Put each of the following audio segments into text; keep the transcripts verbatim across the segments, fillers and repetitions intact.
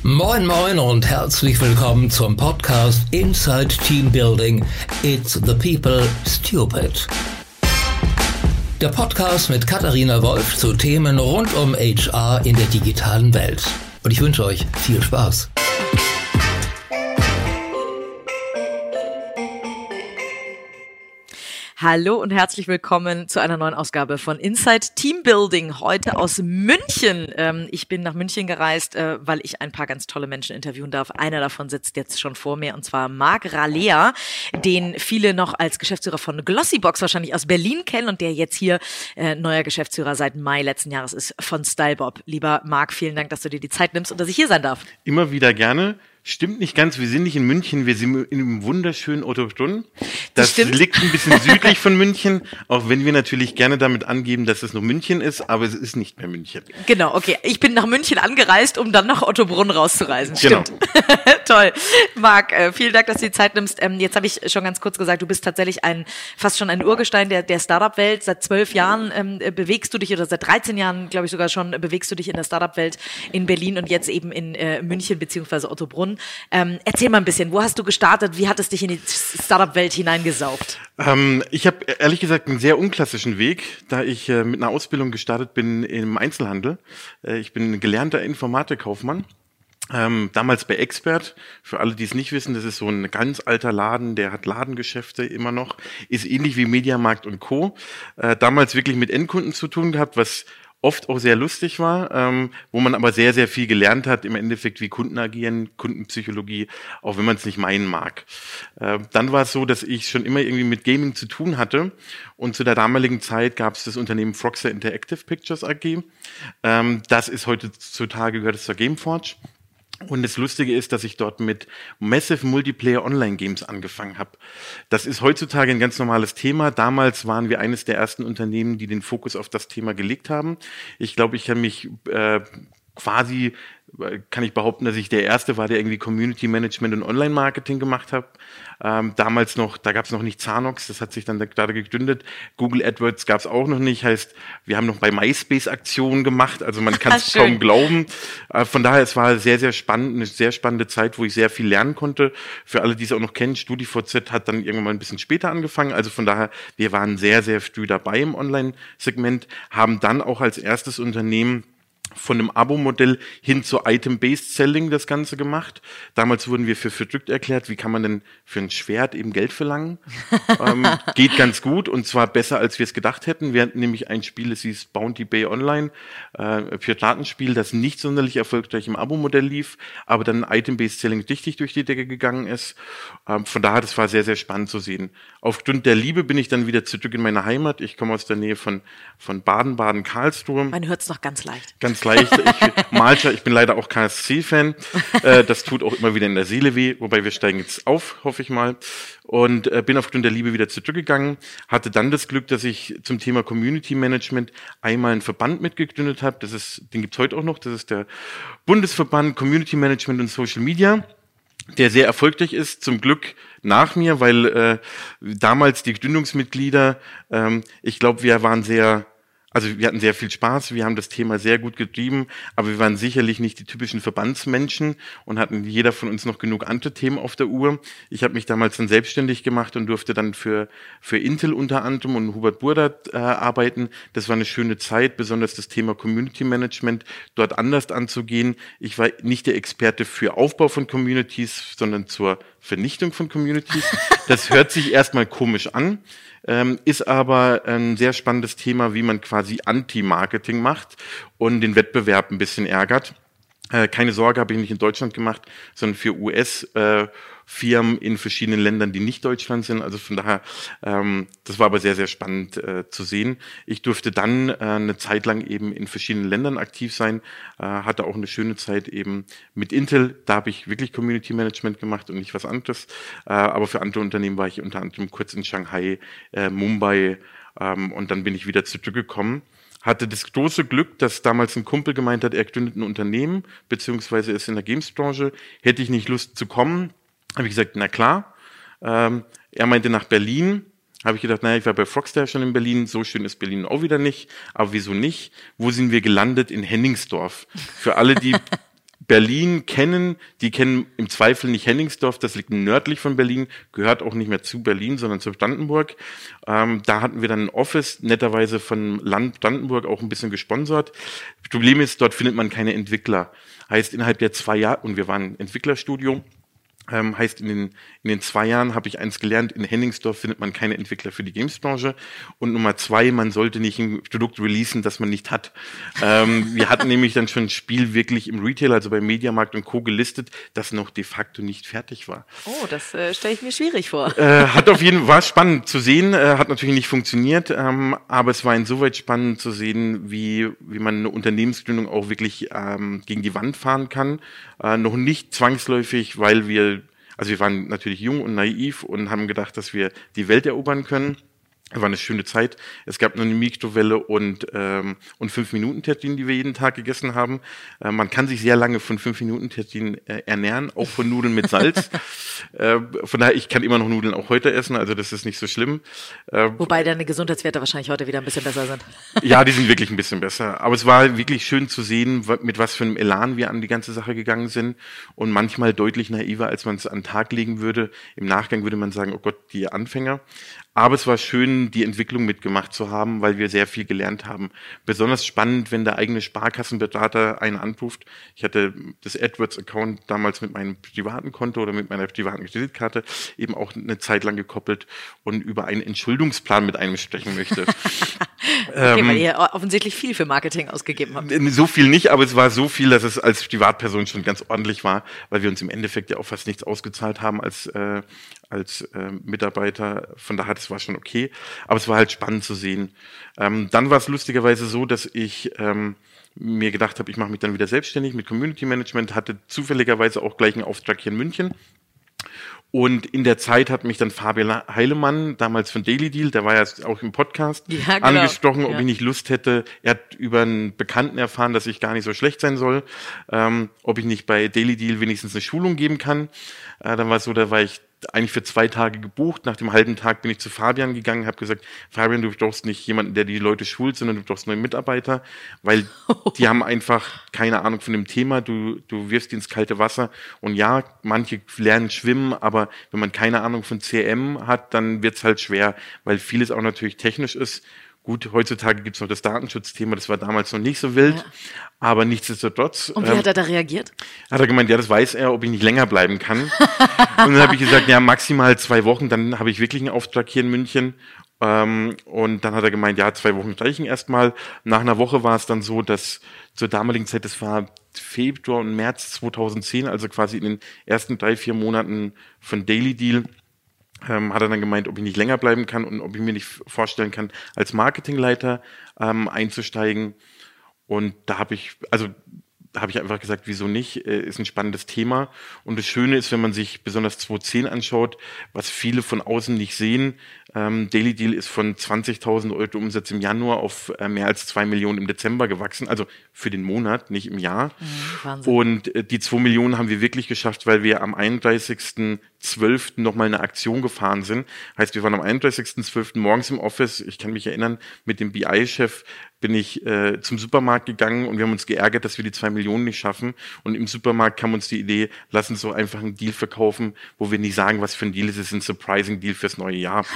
Moin Moin und herzlich willkommen zum Podcast Inside Team Building. It's the people stupid. Der Podcast mit Katharina Wolf zu Themen rund um H R in der digitalen Welt. Und ich wünsche euch viel Spaß. Hallo und herzlich willkommen zu einer neuen Ausgabe von Inside Team Building, heute aus München. Ähm, ich bin nach München gereist, äh, weil ich ein paar ganz tolle Menschen interviewen darf. Einer davon sitzt jetzt schon vor mir, und zwar Marc Ralea, den viele noch als Geschäftsführer von Glossybox wahrscheinlich aus Berlin kennen und der jetzt hier äh, neuer Geschäftsführer seit Mai letzten Jahres ist von StyleBob. Lieber Marc, vielen Dank, dass du dir die Zeit nimmst und dass ich hier sein darf. Immer wieder gerne. Stimmt nicht ganz, wir sind nicht in München, wir sind in einem wunderschönen Ottobrunn. Das, das liegt ein bisschen südlich von München, auch wenn wir natürlich gerne damit angeben, dass es noch München ist, aber es ist nicht mehr München. Genau, okay. Ich bin nach München angereist, um dann nach Ottobrunn rauszureisen. Genau. Stimmt. Toll. Marc, äh, vielen Dank, dass du die Zeit nimmst. Ähm, jetzt habe ich schon ganz kurz gesagt, du bist tatsächlich ein fast schon ein Urgestein der, der Startup-Welt. Seit zwölf Jahren ähm, bewegst du dich, oder seit dreizehn Jahren, glaube ich sogar schon, bewegst du dich in der Startup-Welt in Berlin und jetzt eben in äh, München beziehungsweise Ottobrunn. Ähm, erzähl mal ein bisschen, wo hast du gestartet? Wie hat es dich in die Startup-Welt hineingesaugt? Ähm, ich habe ehrlich gesagt einen sehr unklassischen Weg, da ich äh, mit einer Ausbildung gestartet bin im Einzelhandel. Äh, ich bin gelernter Informatikkaufmann. Ähm, damals bei Expert, für alle, die es nicht wissen, das ist so ein ganz alter Laden, der hat Ladengeschäfte immer noch, ist ähnlich wie Mediamarkt und Co. Äh, damals wirklich mit Endkunden zu tun gehabt, was oft auch sehr lustig war, ähm, wo man aber sehr, sehr viel gelernt hat, im Endeffekt, wie Kunden agieren, Kundenpsychologie, auch wenn man es nicht meinen mag. Äh, dann war es so, dass ich schon immer irgendwie mit Gaming zu tun hatte, und zu der damaligen Zeit gab es das Unternehmen Froxer Interactive Pictures A G. Ähm, das ist heutzutage, gehört es zur Gameforge. Und das Lustige ist, dass ich dort mit Massive Multiplayer Online Games angefangen habe. Das ist heutzutage ein ganz normales Thema. Damals waren wir eines der ersten Unternehmen, die den Fokus auf das Thema gelegt haben. Ich glaube, ich habe mich äh, quasi, kann ich behaupten, dass ich der Erste war, der irgendwie Community Management und Online-Marketing gemacht hat. Ähm, damals noch, da gab es noch nicht Zanox, das hat sich dann gerade gegründet. Google AdWords gab es auch noch nicht, heißt, wir haben noch bei MySpace Aktionen gemacht, also man kann es kaum glauben. Äh, von daher, es war sehr, sehr spannend, eine sehr spannende Zeit, wo ich sehr viel lernen konnte. Für alle, die es auch noch kennen, StudiVZ hat dann irgendwann mal ein bisschen später angefangen, also von daher, wir waren sehr, sehr früh dabei im Online-Segment, haben dann auch als erstes Unternehmen von einem Abo-Modell hin zu Item-Based Selling das Ganze gemacht. Damals wurden wir für verrückt erklärt, wie kann man denn für ein Schwert eben Geld verlangen? ähm, geht ganz gut, und zwar besser, als wir es gedacht hätten. Wir hatten nämlich ein Spiel, das hieß Bounty Bay Online, äh, Piratenspiel, das nicht sonderlich erfolgreich im Abo-Modell lief, aber dann Item-Based Selling richtig durch die Decke gegangen ist. Ähm, von daher, das war sehr, sehr spannend zu sehen. Aufgrund der Liebe bin ich dann wieder zurück in meine Heimat. Ich komme aus der Nähe von, von Baden-Baden, Karlsruhe. Man hört es noch ganz leicht. Ganz leicht. Ich, Malta, ich bin leider auch K S C-Fan. Äh, das tut auch immer wieder in der Seele weh, wobei wir steigen jetzt auf, hoffe ich mal. Und äh, bin aufgrund der Liebe wieder zurückgegangen. Hatte dann das Glück, dass ich zum Thema Community Management einmal einen Verband mitgegründet habe. Das ist, den gibt's heute auch noch. Das ist der Bundesverband Community Management und Social Media, der sehr erfolgreich ist, zum Glück nach mir, weil äh, damals die Gründungsmitglieder, ähm, ich glaube, wir waren sehr Also wir hatten sehr viel Spaß, wir haben das Thema sehr gut getrieben, aber wir waren sicherlich nicht die typischen Verbandsmenschen und hatten jeder von uns noch genug andere Themen auf der Uhr. Ich habe mich damals dann selbstständig gemacht und durfte dann für für Intel unter anderem und Hubert Burda äh, arbeiten. Das war eine schöne Zeit, besonders das Thema Community Management dort anders anzugehen. Ich war nicht der Experte für Aufbau von Communities, sondern zur Vernichtung von Communities. Das hört sich erstmal komisch an. Ähm, ist aber ein sehr spannendes Thema, wie man quasi Anti-Marketing macht und den Wettbewerb ein bisschen ärgert. Äh, keine Sorge, habe ich nicht in Deutschland gemacht, sondern für U S-Firmen äh, in verschiedenen Ländern, die nicht Deutschland sind. Also von daher, ähm, das war aber sehr, sehr spannend äh, zu sehen. Ich durfte dann äh, eine Zeit lang eben in verschiedenen Ländern aktiv sein, äh, hatte auch eine schöne Zeit eben mit Intel. Da habe ich wirklich Community Management gemacht und nicht was anderes. Äh, aber für andere Unternehmen war ich unter anderem kurz in Shanghai, äh, Mumbai, ähm, und dann bin ich wieder zurückgekommen. Hatte das große Glück, dass damals ein Kumpel gemeint hat, er gründet ein Unternehmen, beziehungsweise ist in der Games-Branche. Hätte ich nicht Lust zu kommen, habe ich gesagt, na klar. Ähm, er meinte nach Berlin. Habe ich gedacht, naja, ich war bei Frogstar schon in Berlin, so schön ist Berlin auch wieder nicht, aber wieso nicht? Wo sind wir gelandet? In Hennigsdorf. Für alle, die Berlin kennen, die kennen im Zweifel nicht Hennigsdorf, das liegt nördlich von Berlin, gehört auch nicht mehr zu Berlin, sondern zu Brandenburg. Ähm, da hatten wir dann ein Office, netterweise von Land Brandenburg auch ein bisschen gesponsert. Das Problem ist, dort findet man keine Entwickler. Heißt, innerhalb der zwei Jahre, und wir waren ein Entwicklerstudio, Ähm, heißt, in den, in den zwei Jahren habe ich eins gelernt, in Hennigsdorf findet man keine Entwickler für die Gamesbranche. Und Nummer zwei, man sollte nicht ein Produkt releasen, das man nicht hat. Ähm, wir hatten nämlich dann schon ein Spiel wirklich im Retail, also bei Mediamarkt und Co. gelistet, das noch de facto nicht fertig war. Oh, das äh, stelle ich mir schwierig vor. Äh, hat auf jeden Fall, war spannend zu sehen, äh, hat natürlich nicht funktioniert, ähm, aber es war insoweit spannend zu sehen, wie, wie man eine Unternehmensgründung auch wirklich ähm, gegen die Wand fahren kann. Äh, noch nicht zwangsläufig, weil wir Also wir waren natürlich jung und naiv und haben gedacht, dass wir die Welt erobern können. Es war eine schöne Zeit. Es gab nur eine Mikrowelle und ähm, und fünf Minuten Terrinen, die wir jeden Tag gegessen haben. Äh, man kann sich sehr lange von fünf Minuten Terrinen äh, ernähren, auch von Nudeln mit Salz. äh, von daher, ich kann immer noch Nudeln auch heute essen, also das ist nicht so schlimm. Äh, Wobei deine Gesundheitswerte wahrscheinlich heute wieder ein bisschen besser sind. Ja, die sind wirklich ein bisschen besser. Aber es war wirklich schön zu sehen, mit was für einem Elan wir an die ganze Sache gegangen sind und manchmal deutlich naiver, als man es an den Tag legen würde. Im Nachgang würde man sagen, oh Gott, die Anfänger. Aber es war schön, die Entwicklung mitgemacht zu haben, weil wir sehr viel gelernt haben. Besonders spannend, wenn der eigene Sparkassenberater einen anruft. Ich hatte das AdWords-Account damals mit meinem privaten Konto oder mit meiner privaten Kreditkarte eben auch eine Zeit lang gekoppelt und über einen Entschuldungsplan mit einem sprechen möchte. Okay, ähm, weil ihr offensichtlich viel für Marketing ausgegeben habt. So viel nicht, aber es war so viel, dass es als Privatperson schon ganz ordentlich war, weil wir uns im Endeffekt ja auch fast nichts ausgezahlt haben als äh, als äh, Mitarbeiter. Von daher, das war schon okay. Aber es war halt spannend zu sehen. Ähm, dann war es lustigerweise so, dass ich ähm, mir gedacht habe, ich mache mich dann wieder selbstständig mit Community Management, hatte zufälligerweise auch gleich einen Auftrag hier in München. Und in der Zeit hat mich dann Fabian Heilemann, damals von Daily Deal, der war ja auch im Podcast, ja, genau. angesprochen, ob ja. ich nicht Lust hätte. Er hat über einen Bekannten erfahren, dass ich gar nicht so schlecht sein soll, ähm, ob ich nicht bei Daily Deal wenigstens eine Schulung geben kann. Äh, dann war es so, da war ich eigentlich für zwei Tage gebucht. Nach dem halben Tag bin ich zu Fabian gegangen, habe gesagt, Fabian, du brauchst nicht jemanden, der die Leute schult, sondern du brauchst neue Mitarbeiter, weil die haben einfach keine Ahnung von dem Thema. Du, du wirfst die ins kalte Wasser und ja, manche lernen schwimmen, aber wenn man keine Ahnung von C R M hat, dann wird's halt schwer, weil vieles auch natürlich technisch ist. Gut, heutzutage gibt's noch das Datenschutzthema, das war damals noch nicht so wild, ja. aber nichtsdestotrotz. Und wie ähm, hat er da reagiert? Hat er gemeint, ja, das weiß er, ob ich nicht länger bleiben kann. Und dann habe ich gesagt, ja, maximal zwei Wochen, dann habe ich wirklich einen Auftrag hier in München. Ähm, und dann hat er gemeint, ja, zwei Wochen reichen erstmal. Nach einer Woche war es dann so, dass zur damaligen Zeit, das war Februar und März zweitausendzehn, also quasi in den ersten drei, vier Monaten von Daily Deal, Ähm, hat er dann gemeint, ob ich nicht länger bleiben kann und ob ich mir nicht vorstellen kann, als Marketingleiter ähm, einzusteigen. Und da habe ich, also da habe ich einfach gesagt, wieso nicht, äh, ist ein spannendes Thema. Und das Schöne ist, wenn man sich besonders zweitausendzehn anschaut, was viele von außen nicht sehen, ähm, Daily Deal ist von zwanzigtausend Euro Umsatz im Januar auf äh, mehr als zwei Millionen im Dezember gewachsen, also für den Monat, nicht im Jahr. Mhm, Wahnsinn. Und äh, die zwei Millionen haben wir wirklich geschafft, weil wir am einunddreißigsten zwölften nochmal eine Aktion gefahren sind. Heißt, wir waren am einunddreißigsten zwölften morgens im Office, ich kann mich erinnern, mit dem B I-Chef bin ich äh, zum Supermarkt gegangen und wir haben uns geärgert, dass wir die zwei Millionen nicht schaffen. Und im Supermarkt kam uns die Idee, lass uns so einfach einen Deal verkaufen, wo wir nicht sagen, was für ein Deal ist, es ist ein Surprising Deal fürs neue Jahr.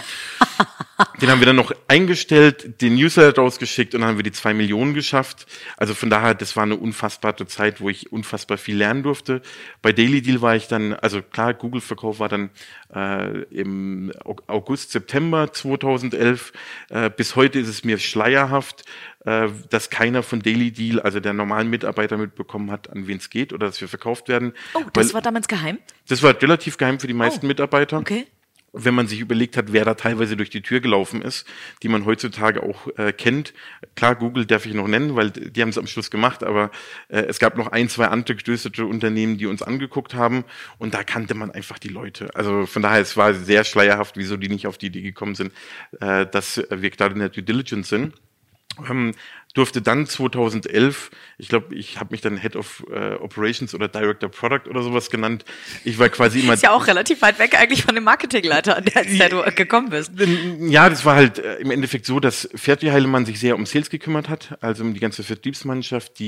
Den haben wir dann noch eingestellt, den Newsletter rausgeschickt und dann haben wir die zwei Millionen geschafft. Also von daher, das war eine unfassbare Zeit, wo ich unfassbar viel lernen durfte. Bei Daily Deal war ich dann, also klar, Google-Verkauf war dann äh, im August, September zweitausendelf. Äh, bis heute ist es mir schleierhaft, äh, dass keiner von Daily Deal, also der normalen Mitarbeiter, mitbekommen hat, an wen es geht oder dass wir verkauft werden. Oh, das Weil, war damals geheim? Das war relativ geheim für die meisten oh, Mitarbeiter. Okay. Wenn man sich überlegt hat, wer da teilweise durch die Tür gelaufen ist, die man heutzutage auch äh, kennt. Klar, Google darf ich noch nennen, weil die haben es am Schluss gemacht, aber äh, es gab noch ein, zwei andere größere Unternehmen, die uns angeguckt haben und da kannte man einfach die Leute. Also von daher, es war sehr schleierhaft, wieso die nicht auf die Idee gekommen sind, äh, dass wir gerade in der Due Diligence sind. Ähm, durfte dann zweitausendelf, ich glaube, ich habe mich dann Head of äh, Operations oder Director Product oder sowas genannt. Ich war quasi immer... Ist ja auch relativ weit weg eigentlich von dem Marketingleiter, an der, der du gekommen bist. Ja, das war halt äh, im Endeffekt so, dass Ferdi Heilemann sich sehr um Sales gekümmert hat, also um die ganze Vertriebsmannschaft, die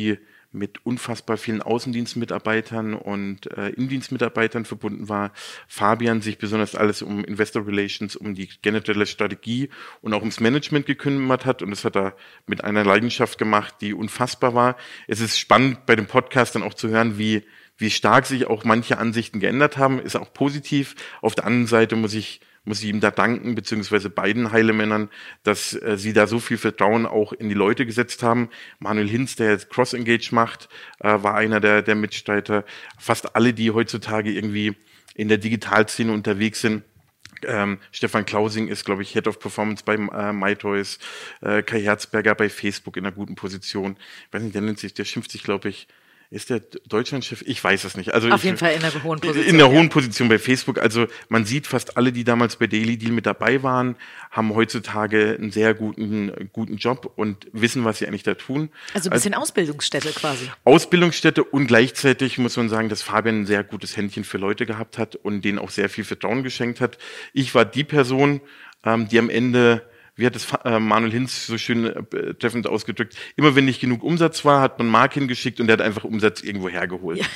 mit unfassbar vielen Außendienstmitarbeitern und äh, Innendienstmitarbeitern verbunden war. Fabian sich besonders alles um Investor Relations, um die generelle Strategie und auch ums Management gekümmert hat. Und das hat er mit einer Leidenschaft gemacht, die unfassbar war. Es ist spannend, bei dem Podcast dann auch zu hören, wie, wie stark sich auch manche Ansichten geändert haben. Ist auch positiv. Auf der anderen Seite muss ich muss ich ihm da danken, beziehungsweise beiden Heilemännern, dass äh, sie da so viel Vertrauen auch in die Leute gesetzt haben. Manuel Hinz, der jetzt Cross-Engage macht, äh, war einer der, der Mitstreiter. Fast alle, die heutzutage irgendwie in der Digitalszene unterwegs sind. Ähm, Stefan Klausing ist, glaube ich, Head of Performance bei äh, MyToys. Äh, Kai Herzberger bei Facebook in einer guten Position. Ich weiß nicht, der nennt sich, der schimpft sich, glaube ich, ist der Deutschlandchef? Ich weiß es nicht. Also Auf ich, jeden Fall in einer hohen Position. In einer ja. hohen Position bei Facebook. Also man sieht fast alle, die damals bei Daily Deal mit dabei waren, haben heutzutage einen sehr guten, guten Job und wissen, was sie eigentlich da tun. Also ein bisschen also, Ausbildungsstätte quasi. Ausbildungsstätte und gleichzeitig muss man sagen, dass Fabian ein sehr gutes Händchen für Leute gehabt hat und denen auch sehr viel Vertrauen geschenkt hat. Ich war die Person, ähm, die am Ende, wie hat es äh, Manuel Hinz so schön äh, treffend ausgedrückt, immer wenn nicht genug Umsatz war, hat man Mark hingeschickt und der hat einfach Umsatz irgendwo hergeholt. Ja.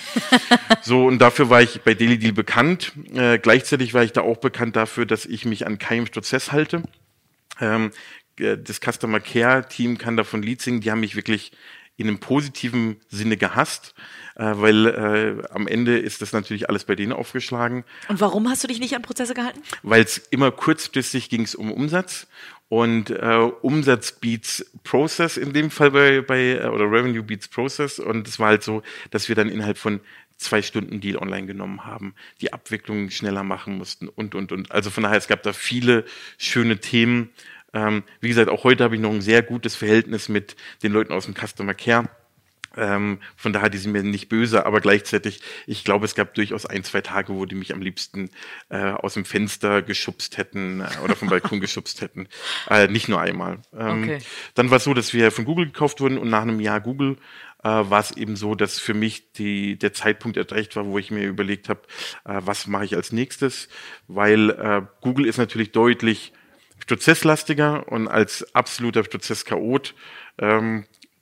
So, und dafür war ich bei Daily Deal bekannt. Äh, gleichzeitig war ich da auch bekannt dafür, dass ich mich an keinem Prozess halte. Ähm, das Customer Care Team kann davon Lied singen, die haben mich wirklich in einem positiven Sinne gehasst, äh, weil äh, am Ende ist das natürlich alles bei denen aufgeschlagen. Und warum hast du dich nicht an Prozesse gehalten? Weil es immer kurzfristig ging es um Umsatz und äh, Umsatz beats Process in dem Fall bei, bei oder Revenue beats Process und es war halt so, dass wir dann innerhalb von zwei Stunden Deal online genommen haben, die Abwicklung schneller machen mussten und, und, und. Also von daher, es gab da viele schöne Themen. Ähm, wie gesagt, auch heute habe ich noch ein sehr gutes Verhältnis mit den Leuten aus dem Customer Care. Ähm, von daher, die sind mir nicht böse, aber gleichzeitig, ich glaube, es gab durchaus ein, zwei Tage, wo die mich am liebsten äh, aus dem Fenster geschubst hätten äh, oder vom Balkon geschubst hätten. Äh, nicht nur einmal. Ähm, okay. Dann war es so, dass wir von Google gekauft wurden und nach einem Jahr Google äh, war es eben so, dass für mich die, der Zeitpunkt erreicht war, wo ich mir überlegt habe, äh, was mache ich als nächstes, weil äh, Google ist natürlich deutlich prozesslastiger und als absoluter Prozesschaot ähm,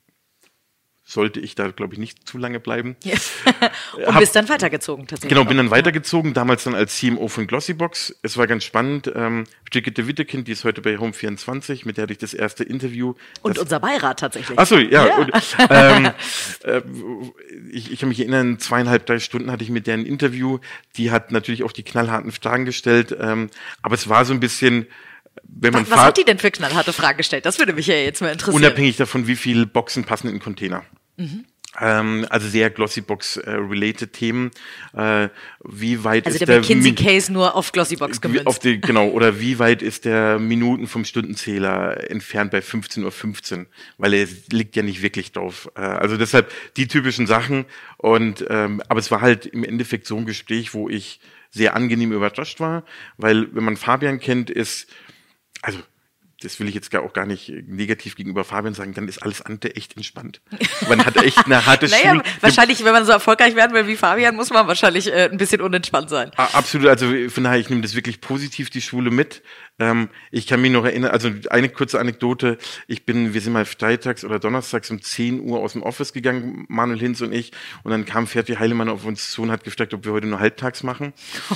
sollte ich da, glaube ich, nicht zu lange bleiben. Ja. Und Hab, bist dann weitergezogen tatsächlich. Genau, bin dann weitergezogen, damals dann als C M O von Glossybox. Es war ganz spannend. Ähm, Brigitte Wittekind, die ist heute bei Home vierundzwanzig, mit der hatte ich das erste Interview. Und unser Beirat tatsächlich. Ach so, ja. ja. Und, ähm, äh, ich, ich kann mich erinnern, zweieinhalb, drei Stunden hatte ich mit der ein Interview. Die hat natürlich auch die knallharten Fragen gestellt, ähm, aber es war so ein bisschen... Wenn man was was hat die denn für knallharte Fragen gestellt? Das würde mich ja jetzt mal interessieren. Unabhängig davon, wie viele Boxen passen in den Container. Mhm. Ähm, also sehr Glossybox-related äh, Themen. Äh, wie weit also ist der, der McKinsey-Case nur auf Glossybox gemünzt. Auf die, genau, oder wie weit ist der Minuten vom Stundenzähler entfernt bei fünfzehn Uhr fünfzehn? Weil er liegt ja nicht wirklich drauf. Äh, also deshalb die typischen Sachen. Und ähm, aber es war halt im Endeffekt so ein Gespräch, wo ich sehr angenehm überrascht war, weil wenn man Fabian kennt, ist also, das will ich jetzt gar auch gar nicht negativ gegenüber Fabian sagen, dann ist alles andere echt entspannt. Man hat echt eine harte naja, Schule. Wahrscheinlich, wenn man so erfolgreich werden will wie Fabian, muss man wahrscheinlich äh, ein bisschen unentspannt sein. Absolut, also von daher, ich nehme das wirklich positiv, die Schule mit. Ähm, ich kann mich noch erinnern, also eine kurze Anekdote, ich bin, wir sind mal freitags oder donnerstags um zehn Uhr aus dem Office gegangen, Manuel Hinz und ich, und dann kam Ferdi Heilemann auf uns zu und hat gefragt, ob wir heute nur halbtags machen.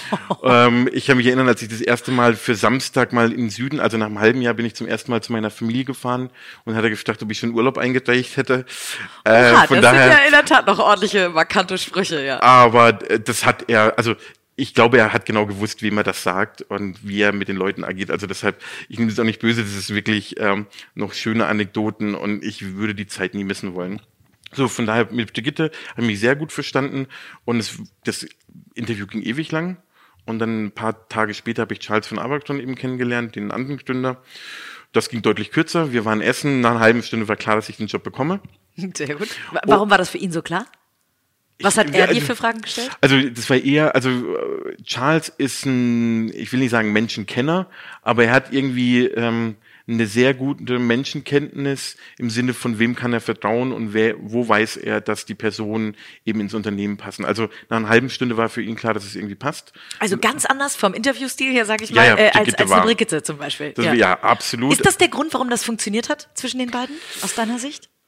ähm, ich kann mich erinnern, als ich das erste Mal für Samstag mal in den Süden, also nach einem halben Jahr bin ich zum ersten Mal zu meiner Familie gefahren und hat er gefragt, ob ich schon Urlaub eingereicht hätte. Äh, Oha, von das daher, sind ja in der Tat noch ordentliche, markante Sprüche, ja. Aber das hat er, also ich glaube, er hat genau gewusst, wie man das sagt und wie er mit den Leuten agiert. Also deshalb, ich nehme das auch nicht böse, das ist wirklich ähm, noch schöne Anekdoten und ich würde die Zeit nie missen wollen. So, von daher mit Brigitte habe ich mich sehr gut verstanden und es, das Interview ging ewig lang und dann ein paar Tage später habe ich Charles von Abergton eben kennengelernt, den anderen Gründer. Das ging deutlich kürzer. Wir waren essen, nach einer halben Stunde war klar, dass ich den Job bekomme. Sehr gut. Warum oh. war das für ihn so klar? Was hat er dir für Fragen gestellt? Also das war eher, also Charles ist ein, ich will nicht sagen Menschenkenner, aber er hat irgendwie ähm, eine sehr gute Menschenkenntnis im Sinne von wem kann er vertrauen und wer, wo weiß er, dass die Personen eben ins Unternehmen passen. Also nach einer halben Stunde war für ihn klar, dass es irgendwie passt. Also ganz anders vom Interviewstil her, sage ich mal, ja, ja, äh, als, als eine Brigitte zum Beispiel. Das, ja. ja, absolut. Ist das der Grund, warum das funktioniert hat zwischen den beiden, aus deiner Sicht?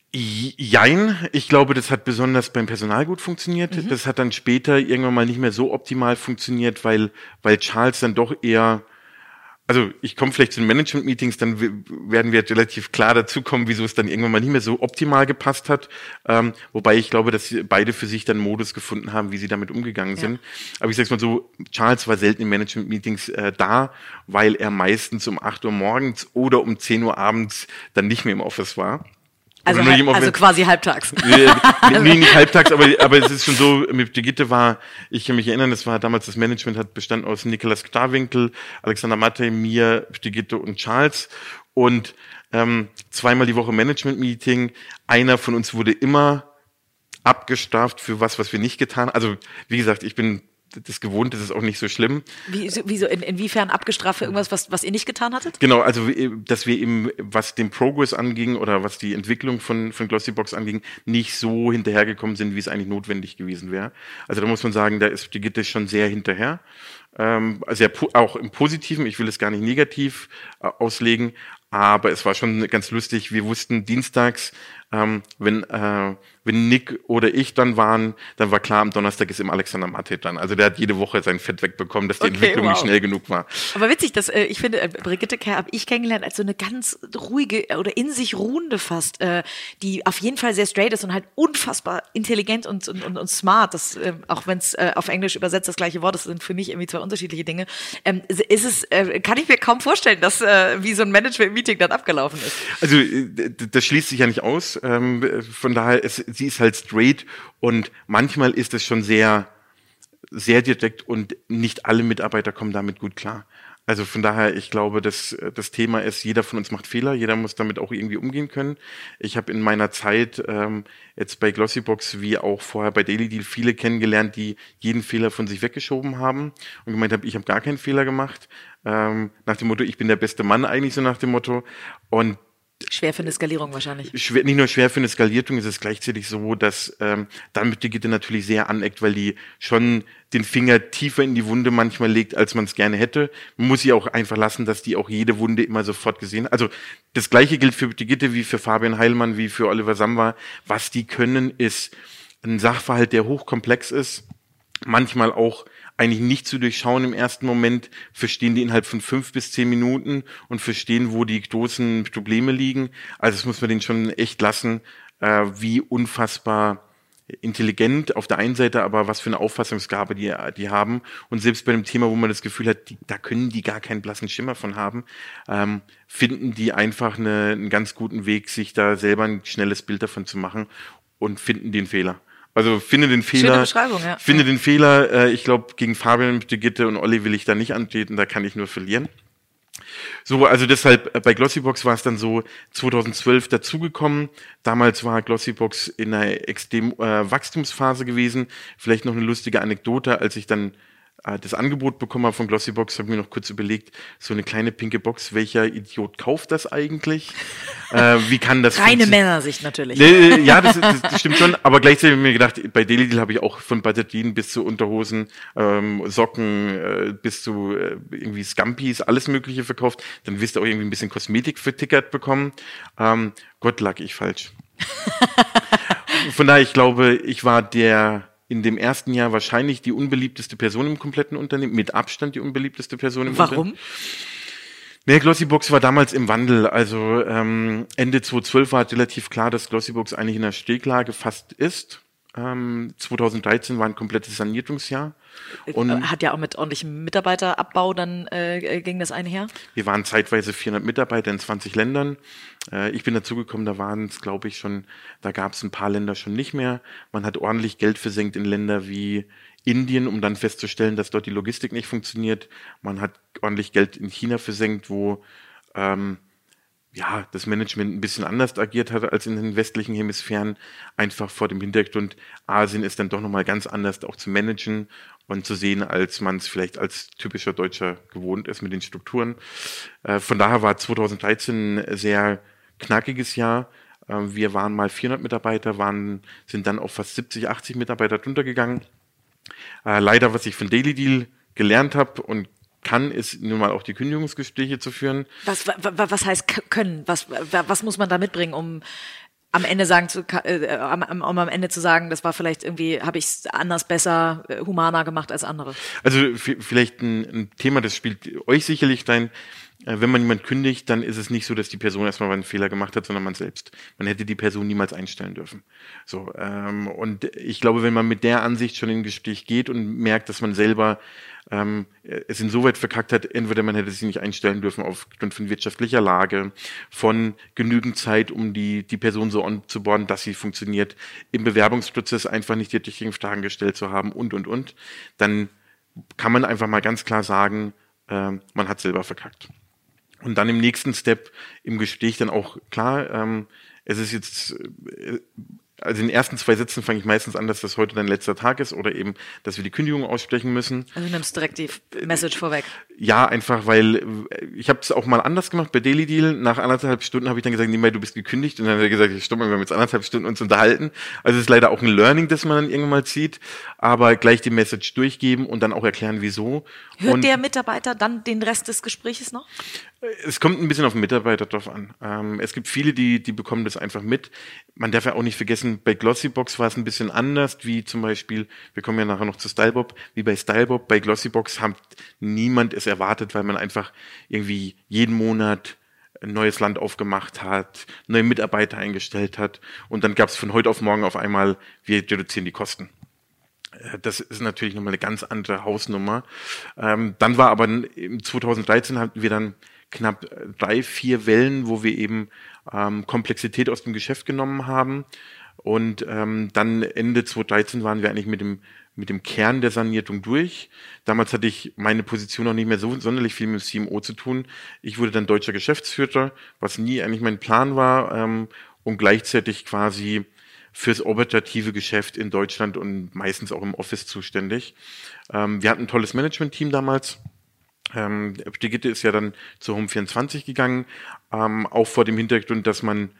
Jein, ich glaube, das hat besonders beim Personal gut funktioniert. Mhm. Das hat dann später irgendwann mal nicht mehr so optimal funktioniert, weil, weil Charles dann doch eher, also ich komme vielleicht zu den Management-Meetings, dann w- werden wir relativ klar dazu kommen, wieso es dann irgendwann mal nicht mehr so optimal gepasst hat. Ähm, wobei ich glaube, dass sie beide für sich dann einen Modus gefunden haben, wie sie damit umgegangen ja. sind. Aber ich sag's mal so, Charles war selten in Management-Meetings äh, da, weil er meistens um acht Uhr morgens oder um zehn Uhr abends dann nicht mehr im Office war. Also, halb, also quasi halbtags. Nee, nee, nicht halbtags, aber, aber es ist schon so, mit Brigitte war, ich kann mich erinnern, das war damals, das Management hat bestanden aus Niklas Krawinkel, Alexander Matte, mir, Brigitte und Charles und ähm, zweimal die Woche Management-Meeting. Einer von uns wurde immer abgestraft für was, was wir nicht getan haben. Also wie gesagt, ich bin das gewohnt, das ist auch nicht so schlimm. Wie, wieso, in, inwiefern abgestraft für irgendwas, was, was ihr nicht getan hattet? Genau, also dass wir eben, was den Progress anging oder was die Entwicklung von, von Glossybox anging, nicht so hinterhergekommen sind, wie es eigentlich notwendig gewesen wäre. Also da muss man sagen, da ist Brigitte schon sehr hinterher. Ähm, sehr auch im Positiven, ich will es gar nicht negativ äh, auslegen, aber es war schon ganz lustig. Wir wussten dienstags, ähm, wenn, äh, wenn Nick oder ich dann waren, dann war klar, am Donnerstag ist im Alexander Matte dann. Also der hat jede Woche sein Fett wegbekommen, dass die okay, Entwicklung wow. nicht schnell genug war. Aber witzig, dass äh, ich finde, äh, Brigitte habe ich kennengelernt als so eine ganz ruhige oder in sich ruhende fast, äh, die auf jeden Fall sehr straight ist und halt unfassbar intelligent und, und, und, und smart. Das, äh, auch wenn es äh, auf Englisch übersetzt das gleiche Wort ist, sind für mich irgendwie zwei unterschiedliche Dinge. Ähm, ist es, äh, kann ich mir kaum vorstellen, dass äh, wie so ein Management-Meeting dann abgelaufen ist. Also das schließt sich ja nicht aus. Ähm, von daher, es, sie ist halt straight und manchmal ist es schon sehr, sehr direkt und nicht alle Mitarbeiter kommen damit gut klar. Also von daher, ich glaube, dass das Thema ist, jeder von uns macht Fehler, jeder muss damit auch irgendwie umgehen können. Ich habe in meiner Zeit ähm, jetzt bei Glossybox wie auch vorher bei Daily Deal viele kennengelernt, die jeden Fehler von sich weggeschoben haben und gemeint haben, ich habe gar keinen Fehler gemacht. Ähm, nach dem Motto, ich bin der beste Mann eigentlich, so nach dem Motto. Und schwer für eine Skalierung wahrscheinlich. Schwer, nicht nur schwer für eine Skalierung, ist es gleichzeitig so, dass ähm, dann mit Brigitte natürlich sehr aneckt, weil die schon den Finger tiefer in die Wunde manchmal legt, als man es gerne hätte. Man muss sie auch einfach lassen, dass die auch jede Wunde immer sofort gesehen hat. Also das Gleiche gilt für Brigitte wie für Fabian Heilmann, wie für Oliver Samba. Was die können, ist ein Sachverhalt, der hochkomplex ist, manchmal auch eigentlich nicht zu durchschauen im ersten Moment, verstehen die innerhalb von fünf bis zehn Minuten und verstehen, wo die großen Probleme liegen. Also das muss man denen schon echt lassen, äh, wie unfassbar intelligent auf der einen Seite, aber was für eine Auffassungsgabe die, die haben. Und selbst bei einem Thema, wo man das Gefühl hat, die, da können die gar keinen blassen Schimmer von haben, ähm, finden die einfach eine, einen ganz guten Weg, sich da selber ein schnelles Bild davon zu machen und finden den Fehler. Also finde den Fehler, Schöne Beschreibung, ja. finde den Fehler. Äh, ich glaube, gegen Fabian, Brigitte und Olli will ich da nicht antreten, da kann ich nur verlieren. So, also deshalb, äh, bei Glossybox war es dann so zweitausendzwölf dazugekommen. Damals war Glossybox in einer extrem äh, Wachstumsphase gewesen. Vielleicht noch eine lustige Anekdote, als ich dann äh, das Angebot bekommen habe von Glossybox, habe ich mir noch kurz überlegt, so eine kleine pinke Box, welcher Idiot kauft das eigentlich? äh, wie kann das reine Männersicht natürlich. Äh, ja, das, das, das stimmt schon, aber gleichzeitig habe ich mir gedacht, bei Daily Deal habe ich auch von Batterien bis zu Unterhosen, ähm, Socken, äh, bis zu äh, irgendwie Scampis, alles Mögliche verkauft. Dann wirst du auch irgendwie ein bisschen Kosmetik vertickert bekommen. Ähm, Gott, lag ich falsch. Von daher, ich glaube, ich war der in dem ersten Jahr wahrscheinlich die unbeliebteste Person im kompletten Unternehmen, mit Abstand die unbeliebteste Person im Warum? Unternehmen. Warum? Nee, Glossybox war damals im Wandel. Also ähm, Ende zweitausendzwölf war relativ klar, dass Glossybox eigentlich in der Steglage fast ist. Ähm, zweitausenddreizehn war ein komplettes Sanierungsjahr. Und hat ja auch mit ordentlichem Mitarbeiterabbau dann äh, ging das einher. Wir waren zeitweise vierhundert Mitarbeiter in zwanzig Ländern. Äh, ich bin dazugekommen, da waren es, glaube ich, schon, da gab es ein paar Länder schon nicht mehr. Man hat ordentlich Geld versenkt in Länder wie Indien, um dann festzustellen, dass dort die Logistik nicht funktioniert. Man hat ordentlich Geld in China versenkt, wo ähm, ja, das Management ein bisschen anders agiert hat als in den westlichen Hemisphären, einfach vor dem Hintergrund, Asien ist dann doch nochmal ganz anders auch zu managen und zu sehen, als man es vielleicht als typischer Deutscher gewohnt ist mit den Strukturen. Äh, von daher war zweitausenddreizehn ein sehr knackiges Jahr. Äh, wir waren mal vierhundert Mitarbeiter, waren, sind dann auf fast siebzig, achtzig Mitarbeiter drunter gegangen. Äh, leider, was ich von Daily Deal gelernt habe und kann, ist nun mal auch die Kündigungsgespräche zu führen. Was, was, was heißt können? Was, was muss man da mitbringen, um am Ende sagen zu, äh, am, um am Ende zu sagen, das war vielleicht irgendwie, habe ich es anders, besser, äh, humaner gemacht als andere? Also f- vielleicht ein, ein Thema, das spielt euch sicherlich rein. Äh, Wenn man jemand kündigt, dann ist es nicht so, dass die Person erstmal einen Fehler gemacht hat, sondern man selbst. Man hätte die Person niemals einstellen dürfen. So, ähm, und ich glaube, wenn man mit der Ansicht schon in ein Gespräch geht und merkt, dass man selber ähm, es insoweit verkackt hat, entweder man hätte sie nicht einstellen dürfen aufgrund von wirtschaftlicher Lage, von genügend Zeit, um die, die Person so onzuboarden, dass sie funktioniert, im Bewerbungsprozess einfach nicht die richtigen Fragen gestellt zu haben und, und, und, dann kann man einfach mal ganz klar sagen, äh, man hat selber verkackt. Und dann im nächsten Step im Gespräch dann auch klar, ähm, es ist jetzt, äh, also in den ersten zwei Sätzen fange ich meistens an, dass das heute dein letzter Tag ist oder eben, dass wir die Kündigung aussprechen müssen. Also du nimmst direkt die Message vorweg. Ja, einfach, weil ich habe es auch mal anders gemacht bei Daily Deal. Nach anderthalb Stunden habe ich dann gesagt, nebenbei, du bist gekündigt. Und dann hat er gesagt, stopp mal, wir haben jetzt anderthalb Stunden uns unterhalten. Also es ist leider auch ein Learning, das man dann irgendwann mal zieht. Aber gleich die Message durchgeben und dann auch erklären, wieso. Hört und der Mitarbeiter dann den Rest des Gesprächs noch? Es kommt ein bisschen auf den Mitarbeiter drauf an. Ähm, es gibt viele, die, die bekommen das einfach mit. Man darf ja auch nicht vergessen, bei Glossybox war es ein bisschen anders, wie zum Beispiel, wir kommen ja nachher noch zu Stylebob, wie bei Stylebob. Bei Glossybox hat niemand es erwartet, weil man einfach irgendwie jeden Monat ein neues Land aufgemacht hat, neue Mitarbeiter eingestellt hat und dann gab es von heute auf morgen auf einmal, wir reduzieren die Kosten. Das ist natürlich nochmal eine ganz andere Hausnummer. Ähm, dann war aber im zweitausenddreizehn hatten wir dann knapp drei, vier Wellen, wo wir eben ähm, Komplexität aus dem Geschäft genommen haben. Und ähm, dann Ende zweitausenddreizehn waren wir eigentlich mit dem mit dem Kern der Sanierung durch. Damals hatte ich meine Position noch nicht mehr so sonderlich viel mit dem C M O zu tun. Ich wurde dann deutscher Geschäftsführer, was nie eigentlich mein Plan war, ähm, und gleichzeitig quasi fürs operative Geschäft in Deutschland und meistens auch im Office zuständig. Ähm, wir hatten ein tolles Management-Team damals. Ähm, Brigitte ist ja dann zu Home vierundzwanzig gegangen, ähm, auch vor dem Hintergrund, dass man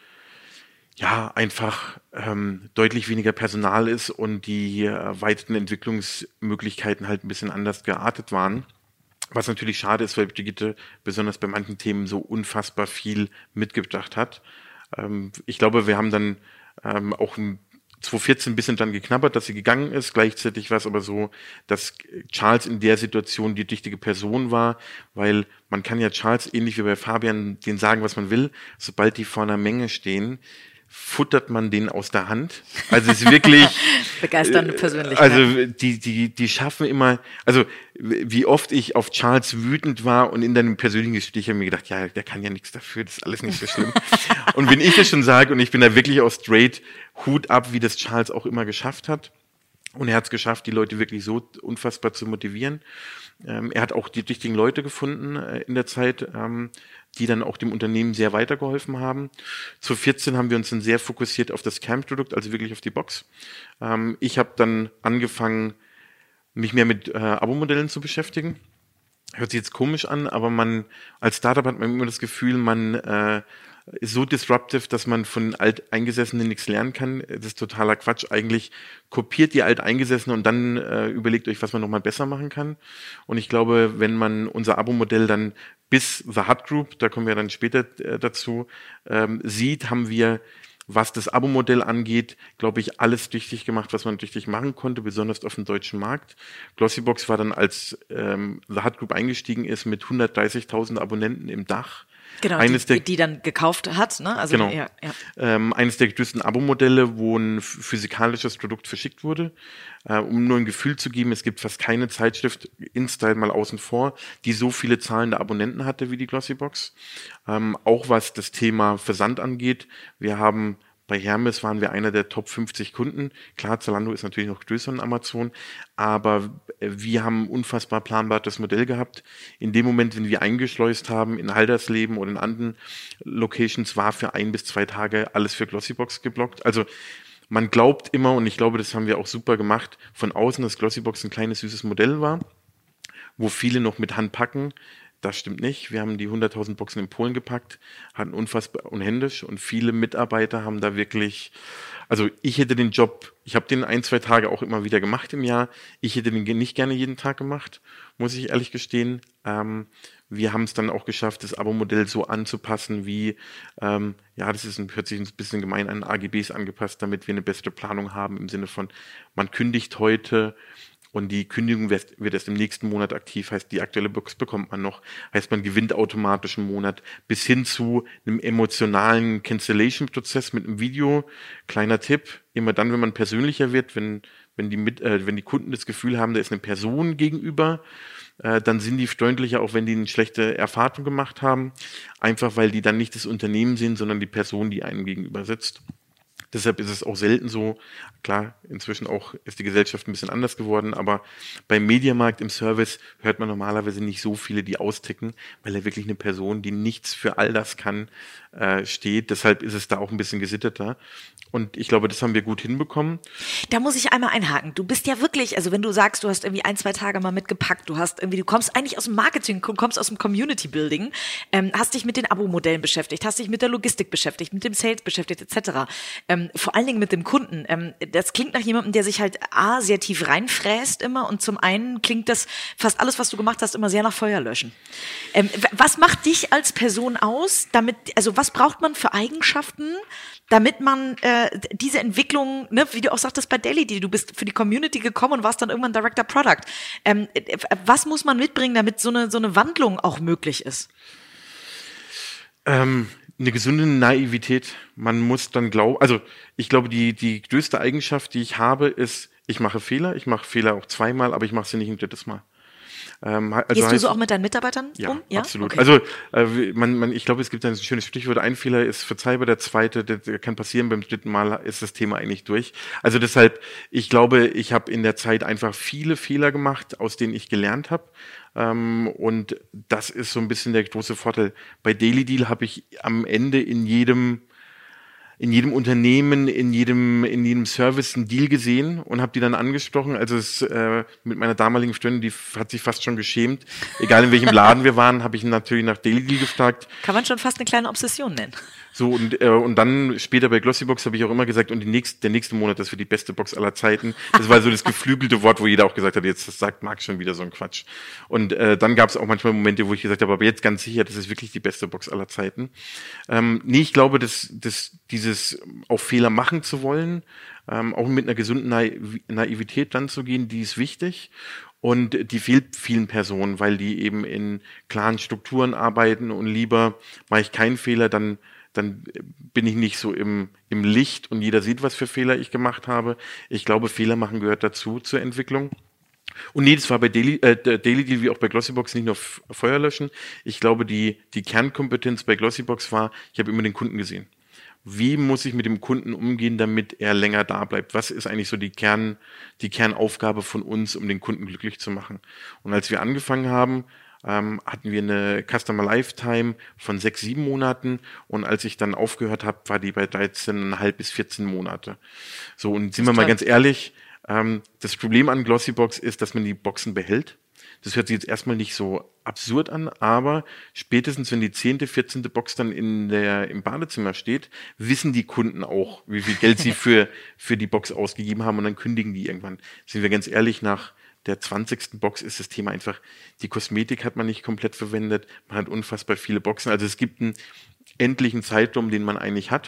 ja einfach ähm, deutlich weniger Personal ist und die äh, weiteren Entwicklungsmöglichkeiten halt ein bisschen anders geartet waren. Was natürlich schade ist, weil Brigitte besonders bei manchen Themen so unfassbar viel mitgebracht hat. Ähm, ich glaube, wir haben dann ähm, auch ein zweitausendvierzehn ein bisschen dann geknabbert, dass sie gegangen ist. Gleichzeitig war es aber so, dass Charles in der Situation die richtige Person war, weil man kann ja Charles, ähnlich wie bei Fabian, denen sagen, was man will. Sobald die vor einer Menge stehen, futtert man den aus der Hand. Also es ist wirklich begeisternde Persönlichkeit. Also die die die schaffen immer, also wie oft ich auf Charles wütend war und in deinem persönlichen Gespräch habe ich mir gedacht, ja, der kann ja nichts dafür, das ist alles nicht so schlimm. Und wenn ich das schon sage und ich bin da wirklich auch straight, Hut ab, wie das Charles auch immer geschafft hat. Und er hat es geschafft, die Leute wirklich so unfassbar zu motivieren. Ähm, er hat auch die richtigen Leute gefunden äh, in der Zeit, ähm, die dann auch dem Unternehmen sehr weitergeholfen haben. Zu vierzehn haben wir uns dann sehr fokussiert auf das Kernprodukt, also wirklich auf die Box. Ähm, ich habe dann angefangen, mich mehr mit äh, Abo-Modellen zu beschäftigen. Hört sich jetzt komisch an, aber man als Startup hat man immer das Gefühl, man äh, ist so disruptive, dass man von Alteingesessenen nichts lernen kann. Das ist totaler Quatsch. Eigentlich kopiert die Alteingesessenen und dann äh, überlegt euch, was man nochmal besser machen kann. Und ich glaube, wenn man unser Abo-Modell dann bis The Hut Group, da kommen wir dann später äh, dazu, ähm, sieht, haben wir, was das Abo-Modell angeht, glaube ich, alles richtig gemacht, was man richtig machen konnte, besonders auf dem deutschen Markt. Glossybox war dann, als ähm, The Hut Group eingestiegen ist, mit hundertdreißigtausend Abonnenten im Dach. Genau, eines die, der, die dann gekauft hat, ne? Also, genau. Ja, ja. Ähm, eines der größten Abo-Modelle, wo ein physikalisches Produkt verschickt wurde. Äh, um nur ein Gefühl zu geben, es gibt fast keine Zeitschrift, InStyle mal außen vor, die so viele zahlende Abonnenten hatte wie die Glossybox. Ähm, auch was das Thema Versand angeht. Wir haben bei Hermes waren wir einer der Top fünfzig Kunden. Klar, Zalando ist natürlich noch größer als Amazon, aber wir haben ein unfassbar planbares Modell gehabt. In dem Moment, wenn wir eingeschleust haben in Haldersleben oder in anderen Locations, war für ein bis zwei Tage alles für Glossybox geblockt. Also man glaubt immer, und ich glaube, das haben wir auch super gemacht, von außen, dass Glossybox ein kleines, süßes Modell war, wo viele noch mit Hand packen. Das stimmt nicht. Wir haben die hunderttausend Boxen in Polen gepackt, hatten unfassbar unhändisch und viele Mitarbeiter haben da wirklich Also ich hätte den Job, ich habe den ein, zwei Tage auch immer wieder gemacht im Jahr. Ich hätte den nicht gerne jeden Tag gemacht, muss ich ehrlich gestehen. Ähm, wir haben es dann auch geschafft, das Abo-Modell so anzupassen, wie, ähm, ja, das ist ein, hört sich ein bisschen gemein an, A G Bs angepasst, damit wir eine bessere Planung haben im Sinne von, man kündigt heute und die Kündigung wird, wird erst im nächsten Monat aktiv, heißt, die aktuelle Box bekommt man noch, heißt, man gewinnt automatisch einen Monat, bis hin zu einem emotionalen Cancellation-Prozess mit einem Video. Kleiner Tipp, immer dann, wenn man persönlicher wird, wenn, wenn die mit, äh, wenn die Kunden das Gefühl haben, da ist eine Person gegenüber, äh, dann sind die freundlicher, auch wenn die eine schlechte Erfahrung gemacht haben, einfach weil die dann nicht das Unternehmen sind, sondern die Person, die einem gegenüber sitzt. Deshalb ist es auch selten so, klar, inzwischen auch ist die Gesellschaft ein bisschen anders geworden, aber beim Mediamarkt im Service hört man normalerweise nicht so viele, die austicken, weil da wirklich eine Person, die nichts für all das kann, äh, steht. Deshalb ist es da auch ein bisschen gesitteter. Und ich glaube, das haben wir gut hinbekommen. Da muss ich einmal einhaken. Du bist ja wirklich, also wenn du sagst, du hast irgendwie ein, zwei Tage mal mitgepackt, du hast irgendwie, du kommst eigentlich aus dem Marketing, du kommst aus dem Community Building, ähm, hast dich mit den Abo-Modellen beschäftigt, hast dich mit der Logistik beschäftigt, mit dem Sales beschäftigt, et cetera. Ähm, vor allen Dingen mit dem Kunden. Ähm, das klingt nach jemandem, der sich halt A, sehr tief reinfräst immer und zum einen klingt das, fast alles, was du gemacht hast, immer sehr nach Feuerlöschen. Ähm, was macht dich als Person aus, damit, also was braucht man für Eigenschaften, damit man äh, diese Entwicklung, ne, wie du auch sagtest bei Dailydeal, du bist für die Community gekommen und warst dann irgendwann Director Product. Ähm, was muss man mitbringen, damit so eine so eine Wandlung auch möglich ist? Ähm, eine gesunde Naivität. Man muss dann glauben, also ich glaube, die die größte Eigenschaft, die ich habe, ist, ich mache Fehler. Ich mache Fehler auch zweimal, aber ich mache sie nicht ein drittes Mal. Ähm, also Gehst du so auch mit deinen Mitarbeitern ja, um? Ja, absolut. Okay. Also äh, man, man, ich glaube, es gibt ein schönes Sprichwort, ein Fehler ist verzeihbar, der zweite, der, der kann passieren, beim dritten Mal ist das Thema eigentlich durch. Also deshalb, ich glaube, ich habe in der Zeit einfach viele Fehler gemacht, aus denen ich gelernt habe. Ähm, und das ist so ein bisschen der große Vorteil. Bei Dailydeal habe ich am Ende in jedem in jedem Unternehmen, in jedem in jedem Service einen Deal gesehen und habe die dann angesprochen. Also es äh, mit meiner damaligen Freundin, die hat sich fast schon geschämt. Egal in welchem Laden wir waren, habe ich natürlich nach Dailydeal gefragt. Kann man schon fast eine kleine Obsession nennen. So und äh, und dann später bei Glossybox habe ich auch immer gesagt, und die nächste, der nächste Monat, das wird die beste Box aller Zeiten. Das war so das geflügelte Wort, wo jeder auch gesagt hat, jetzt das sagt Marc schon wieder so ein Quatsch. Und äh, dann gab es auch manchmal Momente, wo ich gesagt habe, aber jetzt ganz sicher, das ist wirklich die beste Box aller Zeiten. Ähm, nee, ich glaube, dass, dass dieses auch Fehler machen zu wollen, ähm, auch mit einer gesunden Naiv- Naivität dann zu gehen, die ist wichtig. Und die fehlt vielen Personen, weil die eben in klaren Strukturen arbeiten und lieber mache ich keinen Fehler, dann dann bin ich nicht so im, im Licht und jeder sieht, was für Fehler ich gemacht habe. Ich glaube, Fehler machen gehört dazu zur Entwicklung. Und nee, das war bei Daily, äh, Dailydeal wie auch bei Glossybox nicht nur F- Feuer löschen. Ich glaube, die, die Kernkompetenz bei Glossybox war, ich habe immer den Kunden gesehen. Wie muss ich mit dem Kunden umgehen, damit er länger da bleibt? Was ist eigentlich so die Kern, die Kernaufgabe von uns, um den Kunden glücklich zu machen? Und als wir angefangen haben, ähm, hatten wir eine Customer Lifetime von sechs, sieben Monaten und als ich dann aufgehört habe, war die bei dreizehn Komma fünf bis vierzehn Monate. So, und sind wir mal ganz ehrlich, ähm, das Problem an Glossybox ist, dass man die Boxen behält. Das hört sich jetzt erstmal nicht so absurd an, aber spätestens, wenn die zehnte, vierzehnte Box dann in der, im Badezimmer steht, wissen die Kunden auch, wie viel Geld sie für, für die Box ausgegeben haben und dann kündigen die irgendwann. Sind wir ganz ehrlich, nach der zwanzigsten Box ist das Thema einfach, die Kosmetik hat man nicht komplett verwendet, man hat unfassbar viele Boxen, also es gibt einen endlichen Zeitraum, den man eigentlich hat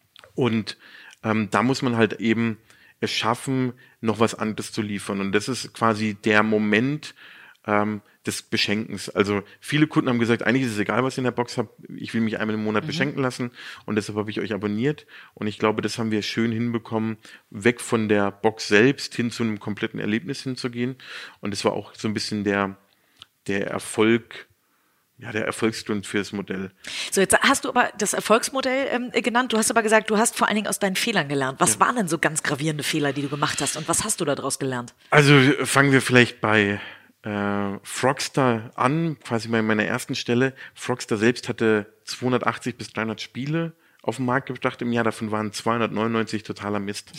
und ähm, da muss man halt eben es schaffen, noch was anderes zu liefern und das ist quasi der Moment ähm, des Beschenkens. Also viele Kunden haben gesagt, eigentlich ist es egal, was ich in der Box habe, ich will mich einmal im Monat mhm. beschenken lassen und deshalb habe ich euch abonniert und ich glaube, das haben wir schön hinbekommen, weg von der Box selbst hin zu einem kompletten Erlebnis hinzugehen und das war auch so ein bisschen der, der Erfolg, ja, der Erfolgsgrund für das Modell. So, jetzt hast du aber das Erfolgsmodell ähm, genannt, du hast aber gesagt, du hast vor allen Dingen aus deinen Fehlern gelernt. Was ja. waren denn so ganz gravierende Fehler, die du gemacht hast und was hast du daraus gelernt? Also fangen wir vielleicht bei Äh, Frogstar an, quasi bei meiner ersten Stelle. Frogstar selbst hatte zweihundertachtzig bis dreihundert Spiele auf dem Markt gebracht im Jahr, davon waren zweihundertneunundneunzig totaler Mist.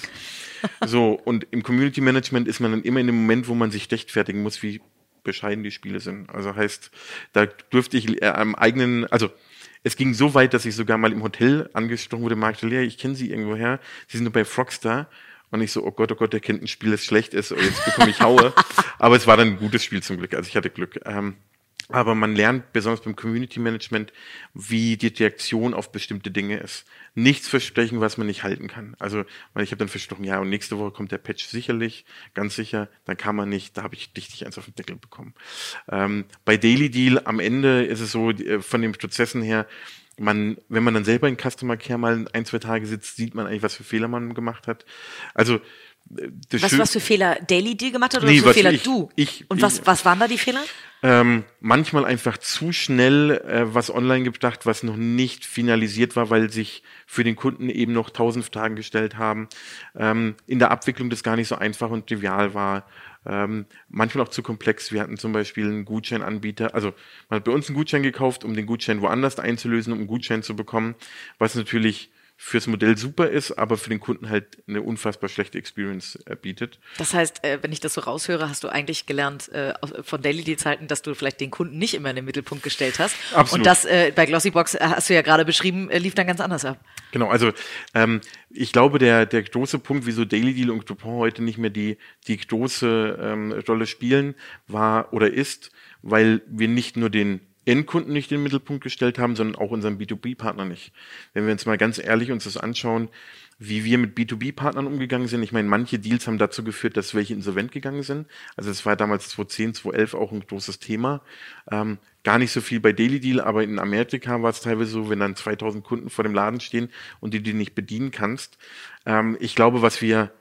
So, und im Community Management ist man dann immer in dem Moment, wo man sich rechtfertigen muss, wie bescheiden die Spiele sind. Also heißt, da dürfte ich äh, am eigenen, also es ging so weit, dass ich sogar mal im Hotel angesprochen wurde, Marc Lea, ich kenne Sie irgendwoher, Sie sind nur bei Frogstar. Und ich so, oh Gott, oh Gott, der kennt ein Spiel, das schlecht ist, und jetzt bekomme ich Haue. Aber es war dann ein gutes Spiel zum Glück, also ich hatte Glück. Ähm, aber man lernt, besonders beim Community Management, wie die Reaktion auf bestimmte Dinge ist. Nichts versprechen, was man nicht halten kann. Also, weil ich habe dann versprochen, ja, und nächste Woche kommt der Patch sicherlich, ganz sicher, dann kann man nicht, da habe ich richtig eins auf den Deckel bekommen. Ähm, bei Daily Deal am Ende ist es so, äh, von den Prozessen her, man, wenn man dann selber in Customer Care mal ein, zwei Tage sitzt, sieht man eigentlich, was für Fehler man gemacht hat. Also, das was, was für Fehler Daily Deal gemacht hat oder nee, was für Fehler ich, du? Ich, Und ich, was, was waren da die Fehler? Ähm, manchmal einfach zu schnell äh, was online gedacht, was noch nicht finalisiert war, weil sich für den Kunden eben noch tausend Fragen gestellt haben. Ähm, in der Abwicklung das gar nicht so einfach und trivial war. Ähm, manchmal auch zu komplex. Wir hatten zum Beispiel einen Gutscheinanbieter, also man hat bei uns einen Gutschein gekauft, um den Gutschein woanders einzulösen, um einen Gutschein zu bekommen, was natürlich fürs Modell super ist, aber für den Kunden halt eine unfassbar schlechte Experience äh, bietet. Das heißt, äh, wenn ich das so raushöre, hast du eigentlich gelernt äh, von Daily Deal Zeiten, dass du vielleicht den Kunden nicht immer in den Mittelpunkt gestellt hast. Absolut. Und das äh, bei Glossybox, äh, hast du ja gerade beschrieben, äh, lief dann ganz anders ab. Genau, also ähm, ich glaube, der der große Punkt, wieso Daily Deal und Groupon heute nicht mehr die die große ähm, Rolle spielen, war oder ist, weil wir nicht nur den Endkunden nicht in den Mittelpunkt gestellt haben, sondern auch unseren B zwei B-Partner nicht. Wenn wir uns mal ganz ehrlich uns das anschauen, wie wir mit B zwei B-Partnern umgegangen sind. Ich meine, manche Deals haben dazu geführt, dass welche insolvent gegangen sind. Also es war damals zwanzig zehn, zwanzig elf auch ein großes Thema. Ähm, gar nicht so viel bei Daily Deal, aber in Amerika war es teilweise so, wenn dann zweitausend Kunden vor dem Laden stehen und die die nicht bedienen kannst. Ähm, ich glaube, was wir,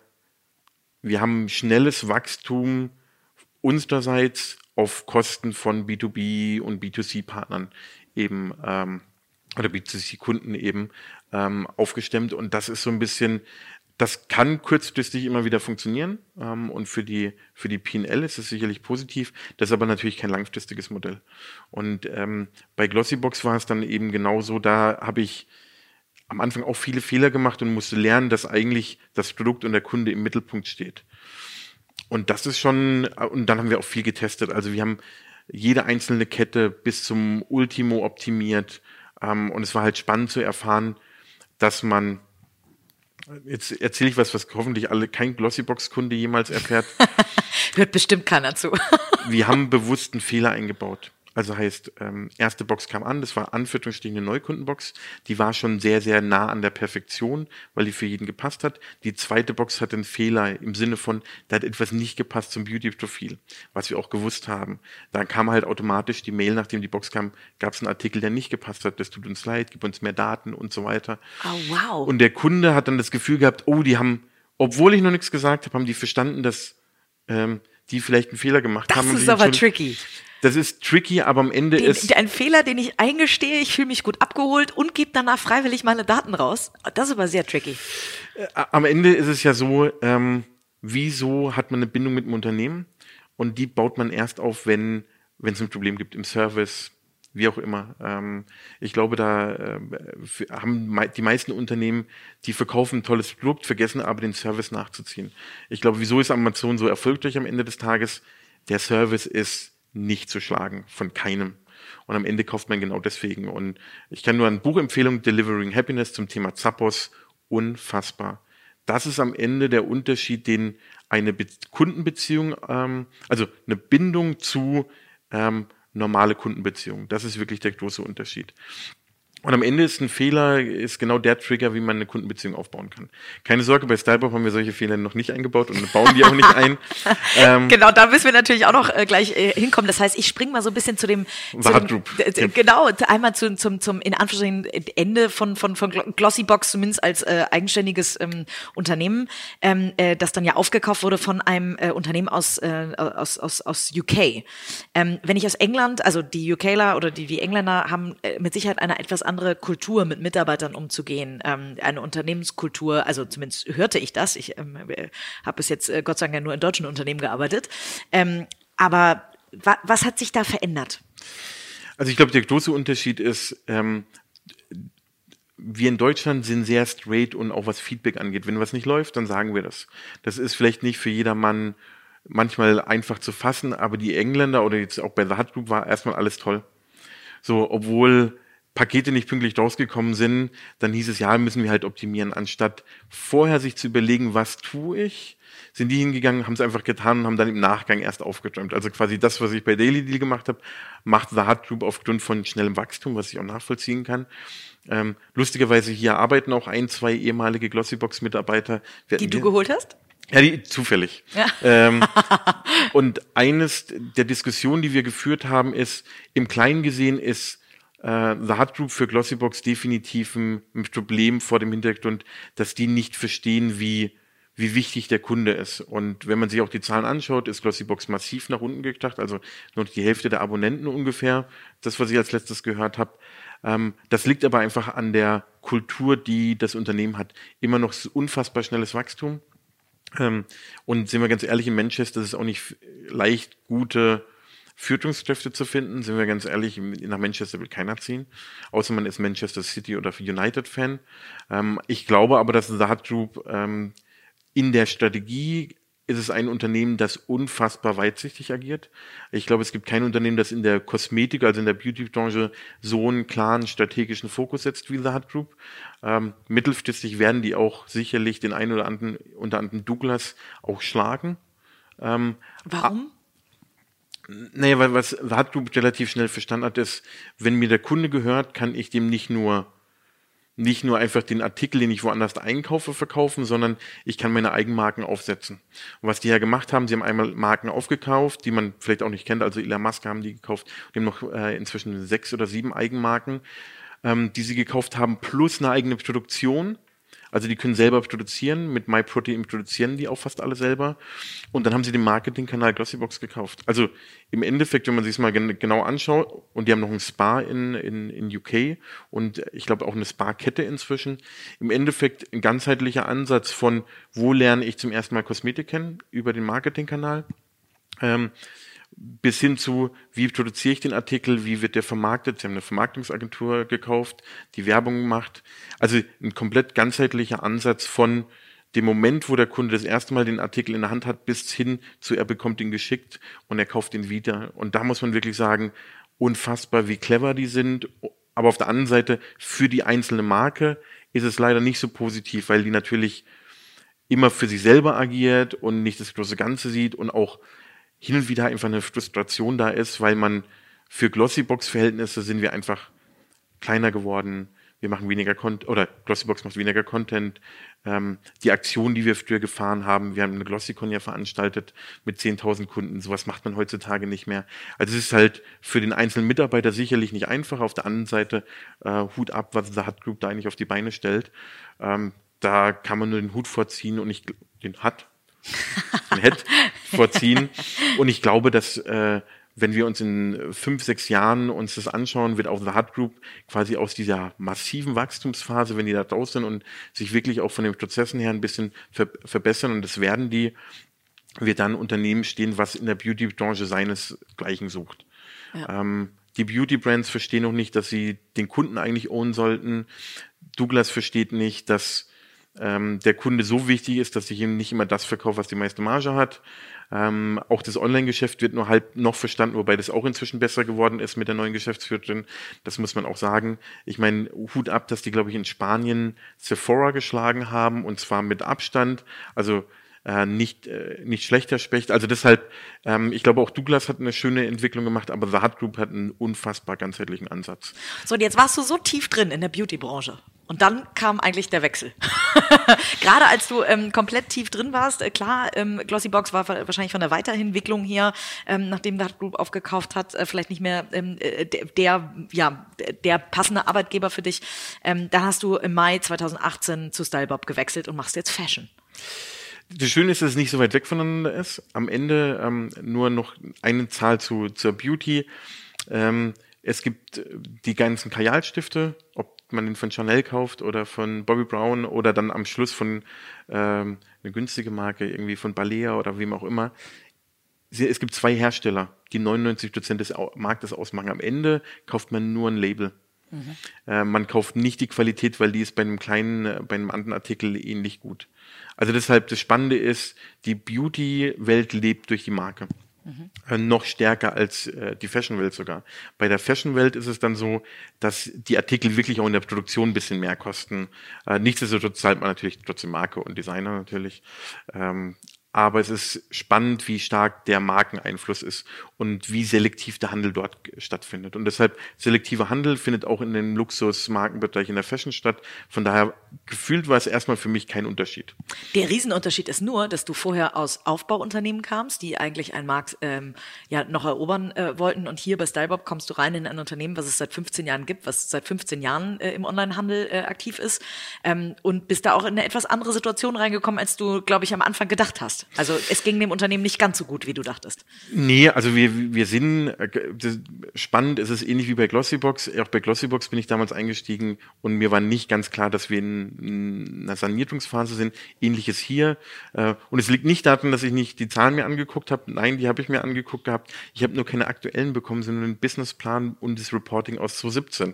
wir haben schnelles Wachstum unsererseits auf Kosten von B zwei B und B zwei C-Partnern eben ähm, oder B zwei C-Kunden eben ähm, aufgestemmt, und das ist so ein bisschen, das kann kurzfristig immer wieder funktionieren ähm, und für die für die P und L ist es sicherlich positiv, das ist aber natürlich kein langfristiges Modell. Und ähm, bei Glossybox war es dann eben genauso, da habe ich am Anfang auch viele Fehler gemacht und musste lernen, dass eigentlich das Produkt und der Kunde im Mittelpunkt steht. Und das ist schon, und dann haben wir auch viel getestet. Also wir haben jede einzelne Kette bis zum Ultimo optimiert. Ähm, und es war halt spannend zu erfahren, dass man, jetzt erzähle ich was, was hoffentlich alle, kein Glossybox-Kunde jemals erfährt. Hört bestimmt keiner zu. Wir haben bewusst einen Fehler eingebaut. Also heißt, ähm, erste Box kam an, das war Anführungsstrichen eine Neukundenbox, die war schon sehr, sehr nah an der Perfektion, weil die für jeden gepasst hat. Die zweite Box hatte einen Fehler im Sinne von, da hat etwas nicht gepasst zum Beauty-Profil, was wir auch gewusst haben. Dann kam halt automatisch die Mail, nachdem die Box kam, gab es einen Artikel, der nicht gepasst hat, das tut uns leid, gib uns mehr Daten und so weiter. Oh, wow. Und der Kunde hat dann das Gefühl gehabt, oh, die haben, obwohl ich noch nichts gesagt habe, haben die verstanden, dass ähm, die vielleicht einen Fehler gemacht das haben. Das ist aber tricky. Das ist tricky, aber am Ende den, ist... Ein Fehler, den ich eingestehe, ich fühle mich gut abgeholt und gebe danach freiwillig meine Daten raus. Das ist aber sehr tricky. Äh, am Ende ist es ja so, ähm, wieso hat man eine Bindung mit dem Unternehmen? Und die baut man erst auf, wenn wenn es ein Problem gibt im Service, wie auch immer. Ähm, ich glaube, da äh, haben me- die meisten Unternehmen, die verkaufen ein tolles Produkt, vergessen aber den Service nachzuziehen. Ich glaube, wieso ist Amazon so erfolgreich am Ende des Tages? Der Service ist nicht zu schlagen, von keinem. Und am Ende kauft man genau deswegen. Und ich kann nur eine Buchempfehlung, Delivering Happiness zum Thema Zappos, unfassbar. Das ist am Ende der Unterschied, den eine Be- Kundenbeziehung, ähm, also eine Bindung zu ähm, normale Kundenbeziehung, das ist wirklich der große Unterschied. Und am Ende ist ein Fehler, ist genau der Trigger, wie man eine Kundenbeziehung aufbauen kann. Keine Sorge, bei Stylebop haben wir solche Fehler noch nicht eingebaut und bauen die auch nicht ein. ähm, genau, da müssen wir natürlich auch noch äh, gleich äh, hinkommen. Das heißt, ich springe mal so ein bisschen zu dem, zu dem äh, genau, einmal zu, zum, zum in Anführungsstrichen Ende von, von, von Glossybox, zumindest als äh, eigenständiges ähm, Unternehmen, ähm, äh, das dann ja aufgekauft wurde von einem äh, Unternehmen aus, äh, aus, aus, aus U K. Ähm, wenn ich aus England, also die UKler oder die, die Engländer haben äh, mit Sicherheit eine etwas andere Kultur, mit Mitarbeitern umzugehen, ähm, eine Unternehmenskultur, also zumindest hörte ich das, ich ähm, habe bis jetzt äh, Gott sei Dank ja nur in deutschen Unternehmen gearbeitet, ähm, aber wa- was hat sich da verändert? Also ich glaube, der große Unterschied ist, ähm, wir in Deutschland sind sehr straight und auch was Feedback angeht. Wenn was nicht läuft, dann sagen wir das. Das ist vielleicht nicht für jedermann manchmal einfach zu fassen, aber die Engländer oder jetzt auch bei The Hut Group war erstmal alles toll. So, obwohl Pakete nicht pünktlich rausgekommen sind, dann hieß es, ja, müssen wir halt optimieren. Anstatt vorher sich zu überlegen, was tue ich, sind die hingegangen, haben es einfach getan und haben dann im Nachgang erst aufgeträumt. Also quasi das, was ich bei Daily Deal gemacht habe, macht The Hut Group aufgrund von schnellem Wachstum, was ich auch nachvollziehen kann. Ähm, lustigerweise hier arbeiten auch ein, zwei ehemalige Glossybox-Mitarbeiter. Die du geholt hast? Ja, die, zufällig. Ja. Ähm, und eines der Diskussionen, die wir geführt haben, ist, im Kleinen gesehen ist äh, The Hut Group für Glossybox definitiv ein, ein Problem vor dem Hintergrund, dass die nicht verstehen, wie wie wichtig der Kunde ist. Und wenn man sich auch die Zahlen anschaut, ist Glossybox massiv nach unten gekracht, also nur die Hälfte der Abonnenten ungefähr, das, was ich als letztes gehört habe. Ähm, das liegt aber einfach an der Kultur, die das Unternehmen hat. Immer noch unfassbar schnelles Wachstum. Ähm, und sind wir ganz ehrlich, in Manchester ist es auch nicht leicht, gute Führungskräfte zu finden. Sind wir ganz ehrlich, nach Manchester will keiner ziehen, außer man ist Manchester City oder United-Fan. Ähm, ich glaube aber, dass The Hut Group ähm, in der Strategie ist es ein Unternehmen, das unfassbar weitsichtig agiert. Ich glaube, es gibt kein Unternehmen, das in der Kosmetik, also in der Beauty-Branche, so einen klaren strategischen Fokus setzt wie The Hut Group. Ähm, mittelfristig werden die auch sicherlich den einen oder anderen, unter anderem Douglas, auch schlagen. Ähm, Warum? Naja, weil was The Hut Group relativ schnell verstanden hat, ist, wenn mir der Kunde gehört, kann ich dem nicht nur nicht nur einfach den Artikel, den ich woanders einkaufe, verkaufen, sondern ich kann meine Eigenmarken aufsetzen. Und was die ja gemacht haben, sie haben einmal Marken aufgekauft, die man vielleicht auch nicht kennt, also Elon Musk haben die gekauft, die haben noch äh, inzwischen sechs oder sieben Eigenmarken, ähm, die sie gekauft haben, plus eine eigene Produktion. Also die können selber produzieren, mit MyProtein produzieren die auch fast alle selber. Und dann haben sie den Marketingkanal Glossybox gekauft. Also im Endeffekt, wenn man sich es mal gen- genau anschaut, und die haben noch ein Spa in, in, in U K und ich glaube auch eine Spa-Kette inzwischen, im Endeffekt ein ganzheitlicher Ansatz von, wo lerne ich zum ersten Mal Kosmetik kennen, über den Marketingkanal, ähm, bis hin zu, wie produziere ich den Artikel, wie wird der vermarktet. Sie haben eine Vermarktungsagentur gekauft, die Werbung macht. Also ein komplett ganzheitlicher Ansatz von dem Moment, wo der Kunde das erste Mal den Artikel in der Hand hat, bis hin zu, er bekommt ihn geschickt und er kauft ihn wieder. Und da muss man wirklich sagen, unfassbar, wie clever die sind. Aber auf der anderen Seite, für die einzelne Marke ist es leider nicht so positiv, weil die natürlich immer für sich selber agiert und nicht das große Ganze sieht und auch hin und wieder einfach eine Frustration da ist, weil man für Glossybox-Verhältnisse sind wir einfach kleiner geworden. Wir machen weniger Content, oder Glossybox macht weniger Content. Ähm, die Aktion, die wir früher gefahren haben, wir haben eine Glossycon ja veranstaltet mit zehntausend Kunden. Sowas macht man heutzutage nicht mehr. Also es ist halt für den einzelnen Mitarbeiter sicherlich nicht einfach. Auf der anderen Seite äh, Hut ab, was The Hut Group da eigentlich auf die Beine stellt. Ähm, da kann man nur den Hut vorziehen und ich den hat. Head vorziehen. Und ich glaube, dass äh, wenn wir uns in fünf, sechs Jahren uns das anschauen, wird auch The Hut Group quasi aus dieser massiven Wachstumsphase, wenn die da draußen sind und sich wirklich auch von den Prozessen her ein bisschen ver- verbessern, und das werden die, wird dann ein Unternehmen stehen, was in der Beauty-Branche seinesgleichen sucht. Ja. Ähm, die Beauty-Brands verstehen noch nicht, dass sie den Kunden eigentlich ownen sollten. Douglas versteht nicht, dass Ähm, der Kunde so wichtig ist, dass ich ihm nicht immer das verkaufe, was die meiste Marge hat. Ähm, auch das Online-Geschäft wird nur halb noch verstanden, wobei das auch inzwischen besser geworden ist mit der neuen Geschäftsführerin. Das muss man auch sagen. Ich meine, Hut ab, dass die, glaube ich, in Spanien Sephora geschlagen haben, und zwar mit Abstand. Also äh, nicht äh, nicht schlechter Specht. Also deshalb, ähm, ich glaube auch Douglas hat eine schöne Entwicklung gemacht, aber The Hut Group hat einen unfassbar ganzheitlichen Ansatz. So, und jetzt warst du so tief drin in der Beauty-Branche. Und dann kam eigentlich der Wechsel. Gerade als du ähm, komplett tief drin warst, äh, klar, ähm, Glossybox war wahrscheinlich von der Weiterentwicklung her, ähm, nachdem The Hut Group aufgekauft hat, äh, vielleicht nicht mehr ähm, der, der, ja, der passende Arbeitgeber für dich. Ähm, da hast du im Mai zweitausendachtzehn zu Stylebob gewechselt und machst jetzt Fashion. Das Schöne ist, dass es nicht so weit weg voneinander ist. Am Ende ähm, nur noch eine Zahl zu, zur Beauty. Ähm, es gibt die ganzen Kajalstifte, ob man den von Chanel kauft oder von Bobbi Brown oder dann am Schluss von ähm, eine günstige Marke, irgendwie von Balea oder wem auch immer. Es gibt zwei Hersteller, die neunundneunzig Prozent des Marktes ausmachen. Am Ende kauft man nur ein Label. Mhm. Äh, man kauft nicht die Qualität, weil die ist bei einem kleinen, äh, bei einem anderen Artikel ähnlich gut. Also deshalb, das Spannende ist, die Beauty-Welt lebt durch die Marke. Mhm. Äh, noch stärker als äh, die Fashion-Welt sogar. Bei der Fashion-Welt ist es dann so, dass die Artikel wirklich auch in der Produktion ein bisschen mehr kosten. Äh, nichtsdestotrotz zahlt man natürlich trotzdem Marke und Designer natürlich. Ähm, aber es ist spannend, wie stark der Markeneinfluss ist und wie selektiv der Handel dort stattfindet. Und deshalb, selektiver Handel findet auch in dem Luxus-Markenbereich in der Fashion statt. Von daher, gefühlt war es erstmal für mich kein Unterschied. Der Riesenunterschied ist nur, dass du vorher aus Aufbauunternehmen kamst, die eigentlich einen Markt ähm, ja noch erobern äh, wollten. Und hier bei Stylebob kommst du rein in ein Unternehmen, was es seit fünfzehn Jahren gibt, was seit fünfzehn Jahren äh, im Onlinehandel äh, aktiv ist. Ähm, und bist da auch in eine etwas andere Situation reingekommen, als du, glaube ich, am Anfang gedacht hast. Also es ging dem Unternehmen nicht ganz so gut, wie du dachtest. Nee, also wir, wir sind, das spannend, es ist ähnlich wie bei Glossybox. Auch bei Glossybox bin ich damals eingestiegen und mir war nicht ganz klar, dass wir in, in einer Sanierungsphase sind. Ähnliches hier. Und es liegt nicht daran, dass ich nicht die Zahlen mir angeguckt habe. Nein, die habe ich mir angeguckt gehabt. Ich habe nur keine aktuellen bekommen, sondern einen Businessplan und das Reporting aus zwanzig siebzehn.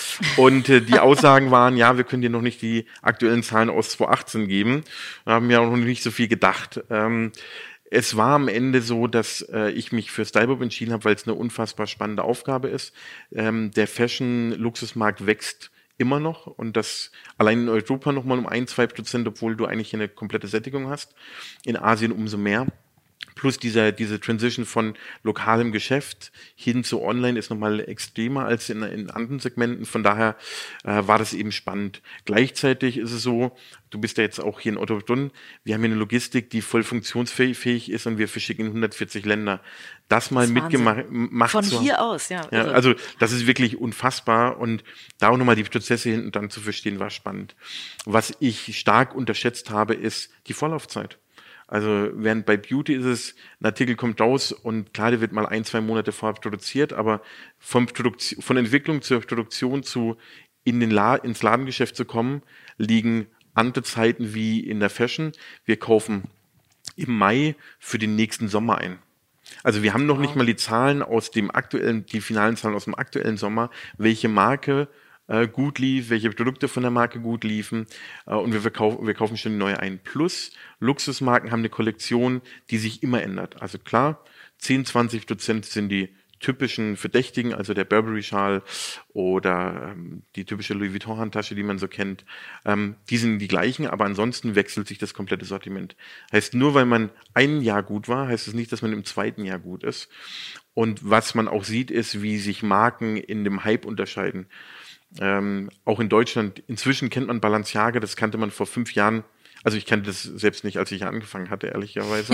Und äh, die Aussagen waren, ja, wir können dir noch nicht die aktuellen Zahlen aus zwanzig achtzehn geben. Da haben wir auch noch nicht so viel gedacht. Ähm, Es war am Ende so, dass äh, ich mich für Stylebob entschieden habe, weil es eine unfassbar spannende Aufgabe ist. Ähm, der Fashion-Luxusmarkt wächst immer noch und das allein in Europa nochmal um ein, zwei Prozent, obwohl du eigentlich eine komplette Sättigung hast. In Asien umso mehr. Plus dieser, diese Transition von lokalem Geschäft hin zu Online ist nochmal extremer als in, in anderen Segmenten. Von daher äh, war das eben spannend. Gleichzeitig ist es so, du bist ja jetzt auch hier in Ottobrunn, wir haben hier eine Logistik, die voll funktionsfähig ist und wir verschicken in hundertvierzig Länder. Das mal das mitgemacht. Von hier zu, aus, ja. ja. Also das ist wirklich unfassbar und da auch nochmal die Prozesse hinten dann zu verstehen, war spannend. Was ich stark unterschätzt habe, ist die Vorlaufzeit. Also während bei Beauty ist es, ein Artikel kommt raus und klar, der wird mal ein, zwei Monate vorher produziert, aber von, Produktion, von Entwicklung zur Produktion zu in den La- ins Ladengeschäft zu kommen, liegen andere Zeiten wie in der Fashion. Wir kaufen im Mai für den nächsten Sommer ein. Also wir haben noch wow. nicht mal die Zahlen aus dem aktuellen, die finalen Zahlen aus dem aktuellen Sommer, welche Marke gut lief, welche Produkte von der Marke gut liefen äh, und wir, verkaufen, wir kaufen schon die neue ein. Plus, Luxusmarken haben eine Kollektion, die sich immer ändert. Also klar, zehn, zwanzig Prozent sind die typischen Verdächtigen, also der Burberry-Schal oder ähm, die typische Louis Vuitton-Handtasche, die man so kennt. Ähm, die sind die gleichen, aber ansonsten wechselt sich das komplette Sortiment. Heißt, nur weil man ein Jahr gut war, heißt es nicht, dass man im zweiten Jahr gut ist. Und was man auch sieht, ist, wie sich Marken in dem Hype unterscheiden. Ähm, auch in Deutschland, inzwischen kennt man Balenciaga, das kannte man vor fünf Jahren, also ich kannte das selbst nicht, als ich angefangen hatte, ehrlicherweise.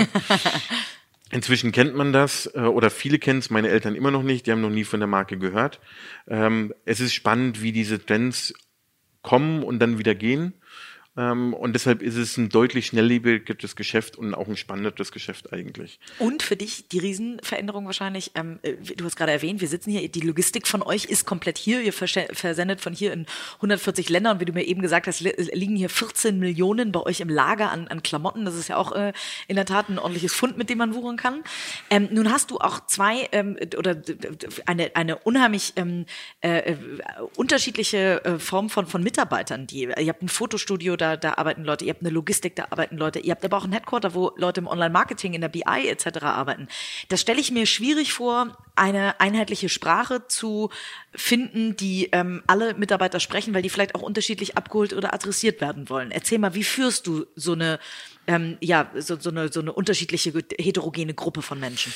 Inzwischen kennt man das, äh, oder viele kennen es, meine Eltern immer noch nicht, die haben noch nie von der Marke gehört. Ähm, es ist spannend, wie diese Trends kommen und dann wieder gehen. Ähm, und deshalb ist es ein deutlich schnelllebiges Geschäft und auch ein spannenderes Geschäft eigentlich. Und für dich die Riesenveränderung wahrscheinlich, ähm, du hast gerade erwähnt, wir sitzen hier, die Logistik von euch ist komplett hier, ihr vers- versendet von hier in hundertvierzig Ländern und wie du mir eben gesagt hast, li- liegen hier vierzehn Millionen bei euch im Lager an, an Klamotten, das ist ja auch äh, in der Tat ein ordentliches Fund, mit dem man wuchern kann. Ähm, nun hast du auch zwei ähm, oder eine, eine unheimlich ähm, äh, unterschiedliche äh, Form von, von Mitarbeitern, die, ihr habt ein Fotostudio, da Da, da arbeiten Leute, ihr habt eine Logistik, da arbeiten Leute, ihr habt aber auch ein Headquarter, wo Leute im Online-Marketing, in der B I et cetera arbeiten. Das stelle ich mir schwierig vor, eine einheitliche Sprache zu finden, die ähm, alle Mitarbeiter sprechen, weil die vielleicht auch unterschiedlich abgeholt oder adressiert werden wollen. Erzähl mal, wie führst du so eine, ähm, ja, so, so eine, so eine unterschiedliche, heterogene Gruppe von Menschen?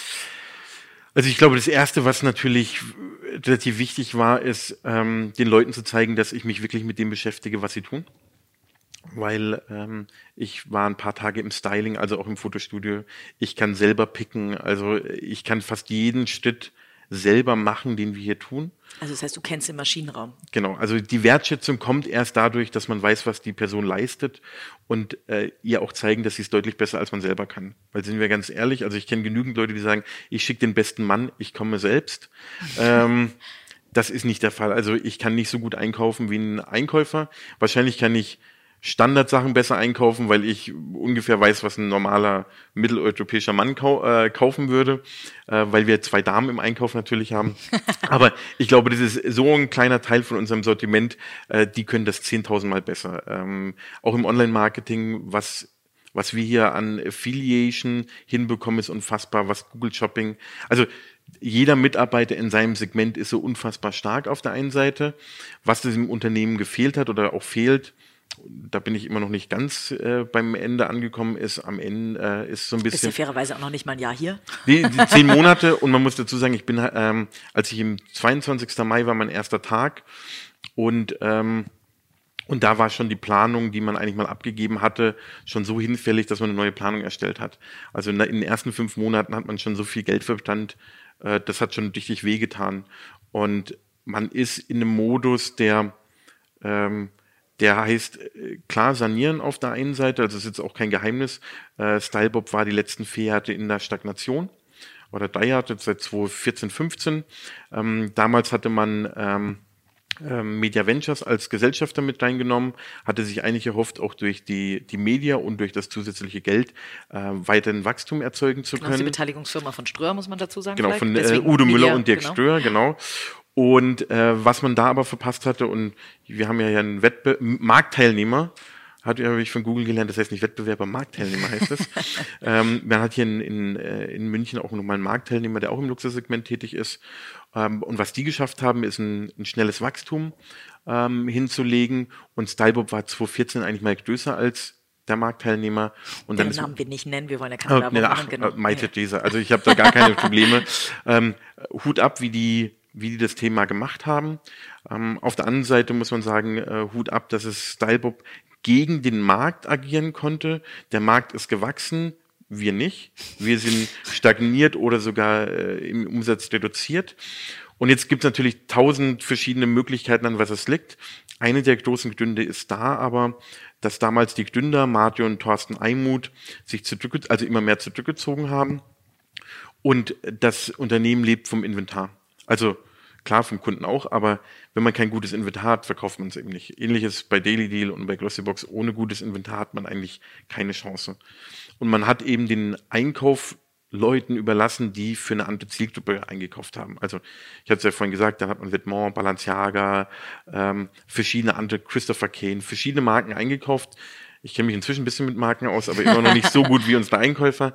Also ich glaube, das Erste, was natürlich relativ wichtig war, ist, ähm, den Leuten zu zeigen, dass ich mich wirklich mit dem beschäftige, was sie tun. Weil ähm, ich war ein paar Tage im Styling, also auch im Fotostudio. Ich kann selber picken, also ich kann fast jeden Schritt selber machen, den wir hier tun. Also das heißt, du kennst den Maschinenraum. Genau, also die Wertschätzung kommt erst dadurch, dass man weiß, was die Person leistet und äh, ihr auch zeigen, dass sie es deutlich besser als man selber kann. Weil sind wir ganz ehrlich, also ich kenne genügend Leute, die sagen, ich schicke den besten Mann, ich komme selbst. ähm, das ist nicht der Fall. Also ich kann nicht so gut einkaufen wie ein Einkäufer. Wahrscheinlich kann ich Standardsachen besser einkaufen, weil ich ungefähr weiß, was ein normaler mitteleuropäischer Mann kau- äh, kaufen würde, äh, weil wir zwei Damen im Einkauf natürlich haben. Aber ich glaube, das ist so ein kleiner Teil von unserem Sortiment, äh, die können das zehntausendmal besser. Ähm, auch im Online-Marketing, was was wir hier an Affiliation hinbekommen, ist unfassbar, was Google Shopping, also jeder Mitarbeiter in seinem Segment ist so unfassbar stark auf der einen Seite. Was diesem Unternehmen gefehlt hat oder auch fehlt, da bin ich immer noch nicht ganz äh, beim Ende angekommen, ist am Ende äh, ist so ein bisschen... Ist ja fairerweise auch noch nicht mal ein Jahr hier. Die, die zehn Monate und man muss dazu sagen, ich bin, ähm, als ich im zweiundzwanzigsten Mai war mein erster Tag und ähm, Und da war schon die Planung, die man eigentlich mal abgegeben hatte, schon so hinfällig, dass man eine neue Planung erstellt hat. Also in den ersten fünf Monaten hat man schon so viel Geld verbrannt, äh, das hat schon richtig wehgetan. Und man ist in einem Modus, der, ähm, der heißt, klar sanieren auf der einen Seite, also das ist jetzt auch kein Geheimnis. Äh, Stylebob war die letzten vier Jahre in der Stagnation. Oder drei Jahre, seit zweitausendvierzehn, fünfzehn. Ähm, damals hatte man... Ähm, Media Ventures als Gesellschafter mit reingenommen, hatte sich eigentlich erhofft, auch durch die, die Media und durch das zusätzliche Geld äh, weiterhin Wachstum erzeugen zu können. Das ist die Beteiligungsfirma von Ströer, muss man dazu sagen. Genau, von äh, Udo Müller Media, und Dirk genau. Ströer, genau. Und äh, was man da aber verpasst hatte, und wir haben ja hier einen Wettbe- Marktteilnehmer, hat ja ich von Google gelernt, das heißt nicht Wettbewerber, Marktteilnehmer heißt es. ähm, man hat hier in, in, in München auch nochmal einen Marktteilnehmer, der auch im Luxussegment tätig ist. Ähm, und was die geschafft haben, ist ein, ein schnelles Wachstum ähm, hinzulegen. Und Stylebob war zweitausendvierzehn eigentlich mal größer als der Marktteilnehmer. Und den dann Namen ist, wir nicht nennen, wir wollen ja keine Werbung äh, machen. Genau. Ach, Maite Jeser, also ich habe da gar keine Probleme. Ähm, Hut ab, wie die wie die das Thema gemacht haben. Ähm, auf der anderen Seite muss man sagen, äh, Hut ab, dass es Stylebob gegen den Markt agieren konnte. Der Markt ist gewachsen, wir nicht. Wir sind stagniert oder sogar äh, im Umsatz reduziert. Und jetzt gibt es natürlich tausend verschiedene Möglichkeiten, an was es liegt. Eine der großen Gründe ist da aber, dass damals die Gründer, Martin und Thorsten Eimuth, sich zurück, also immer mehr zurückgezogen haben. Und das Unternehmen lebt vom Inventar. Also klar, vom Kunden auch, aber wenn man kein gutes Inventar hat, verkauft man es eben nicht. Ähnliches bei Daily Deal und bei Glossybox. Ohne gutes Inventar hat man eigentlich keine Chance. Und man hat eben den Einkauf Leuten überlassen, die für eine andere Zielgruppe eingekauft haben. Also ich hatte es ja vorhin gesagt, dann hat man Vetements, Balenciaga, ähm, verschiedene andere, Christopher Kane, verschiedene Marken eingekauft. Ich kenne mich inzwischen ein bisschen mit Marken aus, aber immer noch nicht so gut wie unsere Einkäufer,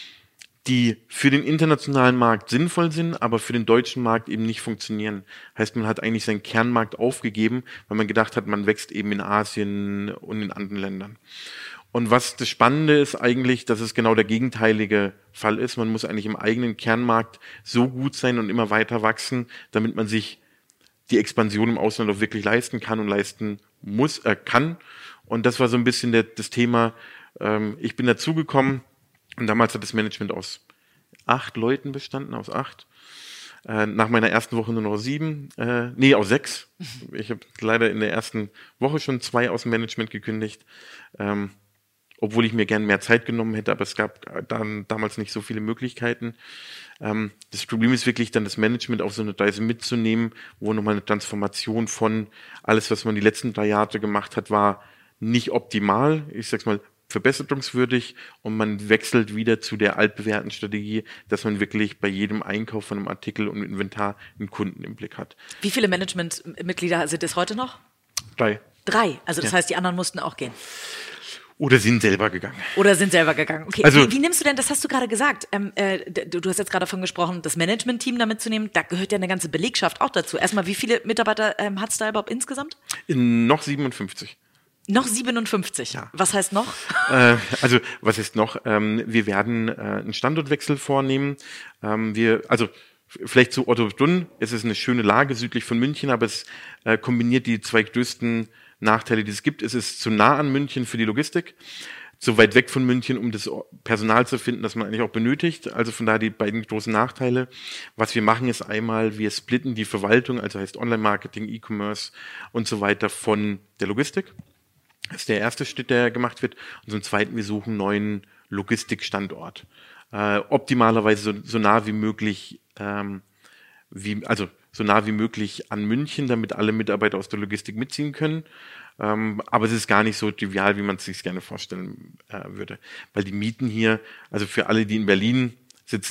die für den internationalen Markt sinnvoll sind, aber für den deutschen Markt eben nicht funktionieren. Heißt, man hat eigentlich seinen Kernmarkt aufgegeben, weil man gedacht hat, man wächst eben in Asien und in anderen Ländern. Und was das Spannende ist eigentlich, dass es genau der gegenteilige Fall ist. Man muss eigentlich im eigenen Kernmarkt so gut sein und immer weiter wachsen, damit man sich die Expansion im Ausland auch wirklich leisten kann und leisten muss, äh, kann. Und das war so ein bisschen der, das Thema. Ähm, ich bin dazugekommen. Und damals hat das Management aus acht Leuten bestanden, aus acht. Äh, nach meiner ersten Woche nur noch sieben, äh, nee, aus sechs. Ich habe leider in der ersten Woche schon zwei aus dem Management gekündigt, ähm, obwohl ich mir gern mehr Zeit genommen hätte, aber es gab dann damals nicht so viele Möglichkeiten. Ähm, das Problem ist wirklich dann, das Management auf so eine Reise mitzunehmen, wo nochmal eine Transformation von alles, was man die letzten drei Jahre gemacht hat, war nicht optimal. Ich sag's mal, verbesserungswürdig und man wechselt wieder zu der altbewährten Strategie, dass man wirklich bei jedem Einkauf von einem Artikel und Inventar einen Kunden im Blick hat. Wie viele Managementmitglieder sind es heute noch? Drei. Drei, also das Ja. heißt, die anderen mussten auch gehen. Oder sind selber gegangen. Oder sind selber gegangen. Okay, also, wie, wie nimmst du denn, das hast du gerade gesagt, ähm, äh, du, du hast jetzt gerade davon gesprochen, das Management-Team da mitzunehmen, da gehört ja eine ganze Belegschaft auch dazu. Erstmal, wie viele Mitarbeiter ähm, hat Stylebob insgesamt? Noch siebenundfünfzig. Noch siebenundfünfzig. Ja. Was heißt noch? Äh, also, was ist noch? Ähm, wir werden äh, einen Standortwechsel vornehmen. Ähm, wir, also, vielleicht zu Otto Dunn. Es ist eine schöne Lage südlich von München, aber es äh, kombiniert die zwei größten Nachteile, die es gibt. Es ist zu nah an München für die Logistik, zu weit weg von München, um das Personal zu finden, das man eigentlich auch benötigt. Also von daher die beiden großen Nachteile. Was wir machen, ist einmal, wir splitten die Verwaltung, also heißt Online-Marketing, E-Commerce und so weiter von der Logistik. Das ist der erste Schritt, der gemacht wird. Und zum Zweiten, wir suchen einen neuen Logistikstandort. Äh, optimalerweise so, so nah wie möglich, ähm, wie, also so nah wie möglich an München, damit alle Mitarbeiter aus der Logistik mitziehen können. Ähm, aber es ist gar nicht so trivial, wie man es sich gerne vorstellen äh, würde. Weil die Mieten hier, also für alle, die in Berlin sitzen,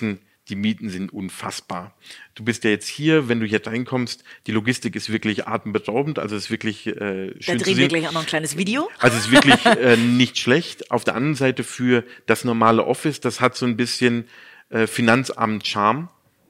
die Mieten sind unfassbar. Du bist ja jetzt hier, wenn du hier reinkommst, die Logistik ist wirklich atemberaubend, also es ist wirklich äh, schön Da drehen zu sehen. wir gleich auch noch ein kleines Video. Also es ist wirklich äh, nicht schlecht. Auf der anderen Seite für das normale Office, das hat so ein bisschen äh, Finanzamt-Charme.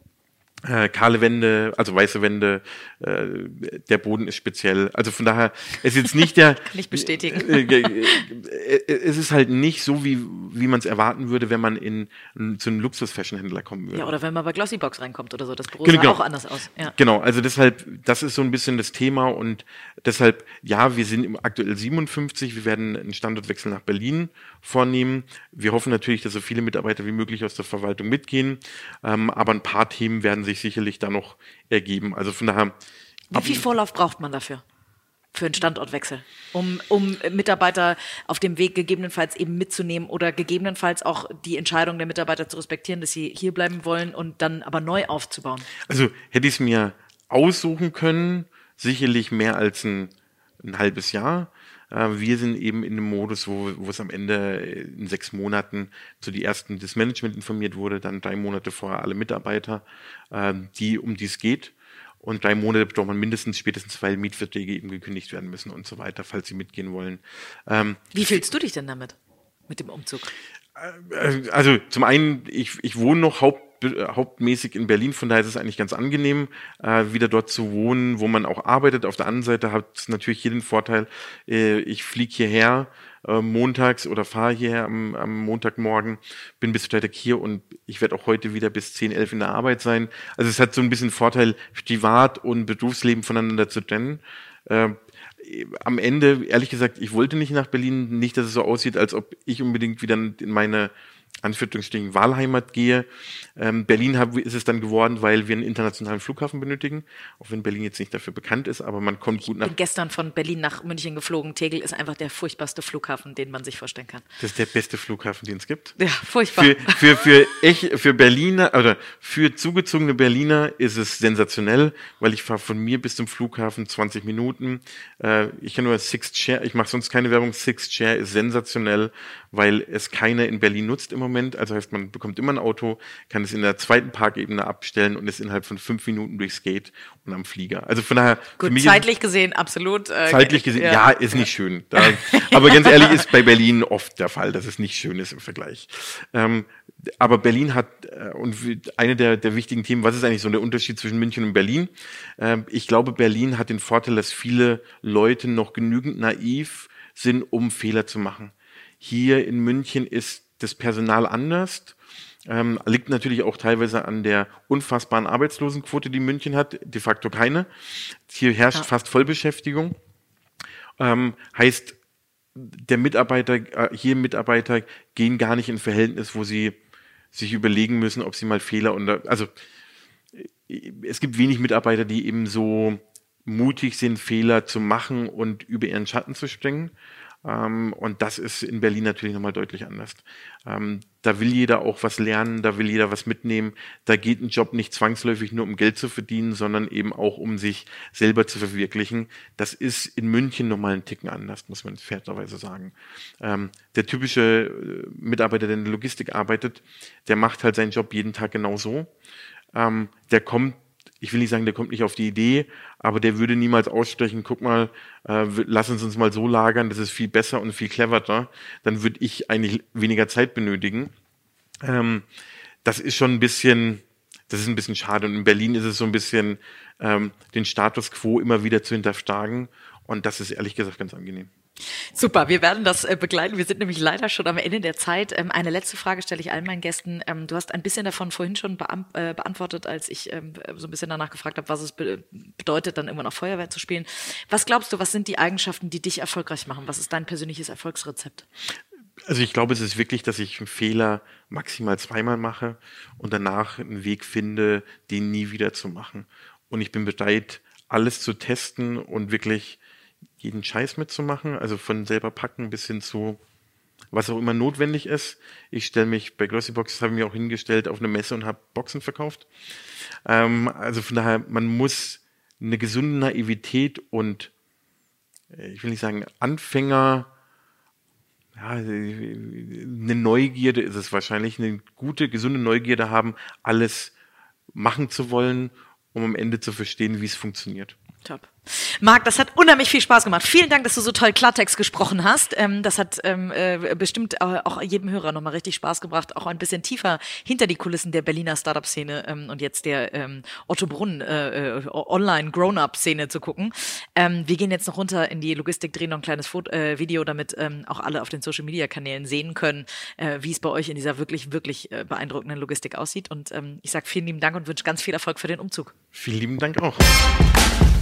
Äh, kahle Wände, also weiße Wände, äh, der Boden ist speziell. Also von daher, es ist jetzt nicht der... Kann ich bestätigen. Äh, äh, äh, es ist halt nicht so, wie wie man es erwarten würde, wenn man in, in zu einem Luxus-Fashion-Händler kommen würde. Ja, oder wenn man bei Glossybox reinkommt oder so. Das Büro Genau. sah auch anders aus. Ja. Genau, also deshalb, das ist so ein bisschen das Thema und deshalb, ja, wir sind im aktuell siebenundfünfzig, wir werden einen Standortwechsel nach Berlin vornehmen. Wir hoffen natürlich, dass so viele Mitarbeiter wie möglich aus der Verwaltung mitgehen, ähm, aber ein paar Themen werden sich sicherlich da noch ergeben. Also von daher... Wie viel Vorlauf braucht man dafür? Für einen Standortwechsel, um, um Mitarbeiter auf dem Weg gegebenenfalls eben mitzunehmen oder gegebenenfalls auch die Entscheidung der Mitarbeiter zu respektieren, dass sie hier bleiben wollen und dann aber neu aufzubauen? Also hätte ich es mir aussuchen können, sicherlich mehr als ein, ein halbes Jahr. Äh, wir sind eben in einem Modus, wo, wo es am Ende in sechs Monaten zu die ersten das Management informiert wurde, dann drei Monate vorher alle Mitarbeiter, äh, die um die es geht. Und drei Monate braucht man mindestens, spätestens, weil Mietverträge eben gekündigt werden müssen und so weiter, falls sie mitgehen wollen. Ähm, Wie fühlst du dich denn damit, mit dem Umzug? äh, also zum einen, ich, ich wohne noch haupt, hauptmäßig in Berlin, von daher ist es eigentlich ganz angenehm, äh, wieder dort zu wohnen, wo man auch arbeitet. Auf der anderen Seite hat es natürlich hier den Vorteil, äh, ich fliege hierher äh, montags oder fahre hierher am, am Montagmorgen, bin bis Freitag hier und ich werde auch heute wieder bis zehn, elf in der Arbeit sein. Also es hat so ein bisschen Vorteil, Privat- und Berufsleben voneinander zu trennen. Äh, am Ende, ehrlich gesagt, ich wollte nicht nach Berlin, nicht, dass es so aussieht, als ob ich unbedingt wieder in meine Anführungsstrichen Wahlheimat gehe. Ähm, Berlin hab, ist es dann geworden, weil wir einen internationalen Flughafen benötigen, auch wenn Berlin jetzt nicht dafür bekannt ist, aber man kommt gut nach... Ich bin gestern von Berlin nach München geflogen. Tegel ist einfach der furchtbarste Flughafen, den man sich vorstellen kann. Das ist der beste Flughafen, den es gibt. Ja, furchtbar. Für, für, für, echt, für Berliner, oder für zugezogene Berliner ist es sensationell, weil ich fahre von mir bis zum Flughafen zwanzig Minuten. Äh, ich kann nur Sixt Share, ich mache sonst keine Werbung. Sixt Share ist sensationell, weil es keiner in Berlin nutzt im Moment. Also heißt, man bekommt immer ein Auto, kann es in der zweiten Parkebene abstellen und ist innerhalb von fünf Minuten durchs Gate und am Flieger. Also von daher... Gut, zeitlich gesehen absolut. Äh, zeitlich gesehen, ja, ja ist nicht schön. Da, aber ganz ehrlich, ist bei Berlin oft der Fall, dass es nicht schön ist im Vergleich. Ähm, aber Berlin hat, äh, und eine der, der wichtigen Themen, was ist eigentlich so der Unterschied zwischen München und Berlin? Ähm, ich glaube, Berlin hat den Vorteil, dass viele Leute noch genügend naiv sind, um Fehler zu machen. Hier in München ist das Personal anders. Ähm, liegt natürlich auch teilweise an der unfassbaren Arbeitslosenquote, die München hat, de facto keine. Hier herrscht ja. fast Vollbeschäftigung. Ähm, heißt, der Mitarbeiter, äh, hier Mitarbeiter gehen gar nicht in ein Verhältnis, wo sie sich überlegen müssen, ob sie mal Fehler unter, also es gibt wenig Mitarbeiter, die eben so mutig sind, Fehler zu machen und über ihren Schatten zu springen. Ähm, und das ist in Berlin natürlich nochmal deutlich anders. Ähm, da will jeder auch was lernen, da will jeder was mitnehmen. Da geht ein Job nicht zwangsläufig nur um Geld zu verdienen, sondern eben auch um sich selber zu verwirklichen. Das ist in München nochmal einen Ticken anders, muss man fairerweise sagen. Ähm, der typische Mitarbeiter, der in der Logistik arbeitet, der macht halt seinen Job jeden Tag genauso. Ähm, der kommt Ich will nicht sagen, der kommt nicht auf die Idee, aber der würde niemals aussprechen, guck mal, äh, lass uns uns mal so lagern, das ist viel besser und viel cleverer, dann würde ich eigentlich weniger Zeit benötigen. Ähm, das ist schon ein bisschen, das ist ein bisschen schade und in Berlin ist es so ein bisschen, ähm, den Status quo immer wieder zu hinterfragen und das ist ehrlich gesagt ganz angenehm. Super, wir werden das äh, begleiten. Wir sind nämlich leider schon am Ende der Zeit. Ähm, eine letzte Frage stelle ich allen meinen Gästen. Ähm, du hast ein bisschen davon vorhin schon beam- äh, beantwortet, als ich ähm, so ein bisschen danach gefragt habe, was es be- bedeutet, dann immer noch Feuerwehr zu spielen. Was glaubst du, was sind die Eigenschaften, die dich erfolgreich machen? Was ist dein persönliches Erfolgsrezept? Also ich glaube, es ist wirklich, dass ich einen Fehler maximal zweimal mache und danach einen Weg finde, den nie wieder zu machen. Und ich bin bereit, alles zu testen und wirklich jeden Scheiß mitzumachen, also von selber packen bis hin zu was auch immer notwendig ist. Ich stelle mich bei Glossybox, das habe ich mir auch hingestellt, auf eine Messe und habe Boxen verkauft. Ähm, also von daher, man muss eine gesunde Naivität und, ich will nicht sagen Anfänger, ja, eine Neugierde ist es wahrscheinlich, eine gute, gesunde Neugierde haben, alles machen zu wollen, um am Ende zu verstehen, wie es funktioniert. Top. Marc, das hat unheimlich viel Spaß gemacht. Vielen Dank, dass du so toll Klartext gesprochen hast. Ähm, das hat ähm, äh, bestimmt äh, auch jedem Hörer nochmal richtig Spaß gebracht, auch ein bisschen tiefer hinter die Kulissen der Berliner Startup-Szene ähm, und jetzt der ähm, Otto Brunn äh, äh, Online-Grown-Up-Szene zu gucken. Ähm, wir gehen jetzt noch runter in die Logistik, drehen noch ein kleines Foto, äh, Video, damit ähm, auch alle auf den Social-Media-Kanälen sehen können, äh, wie es bei euch in dieser wirklich, wirklich äh, beeindruckenden Logistik aussieht. Und ähm, ich sage vielen lieben Dank und wünsche ganz viel Erfolg für den Umzug. Vielen lieben Dank auch.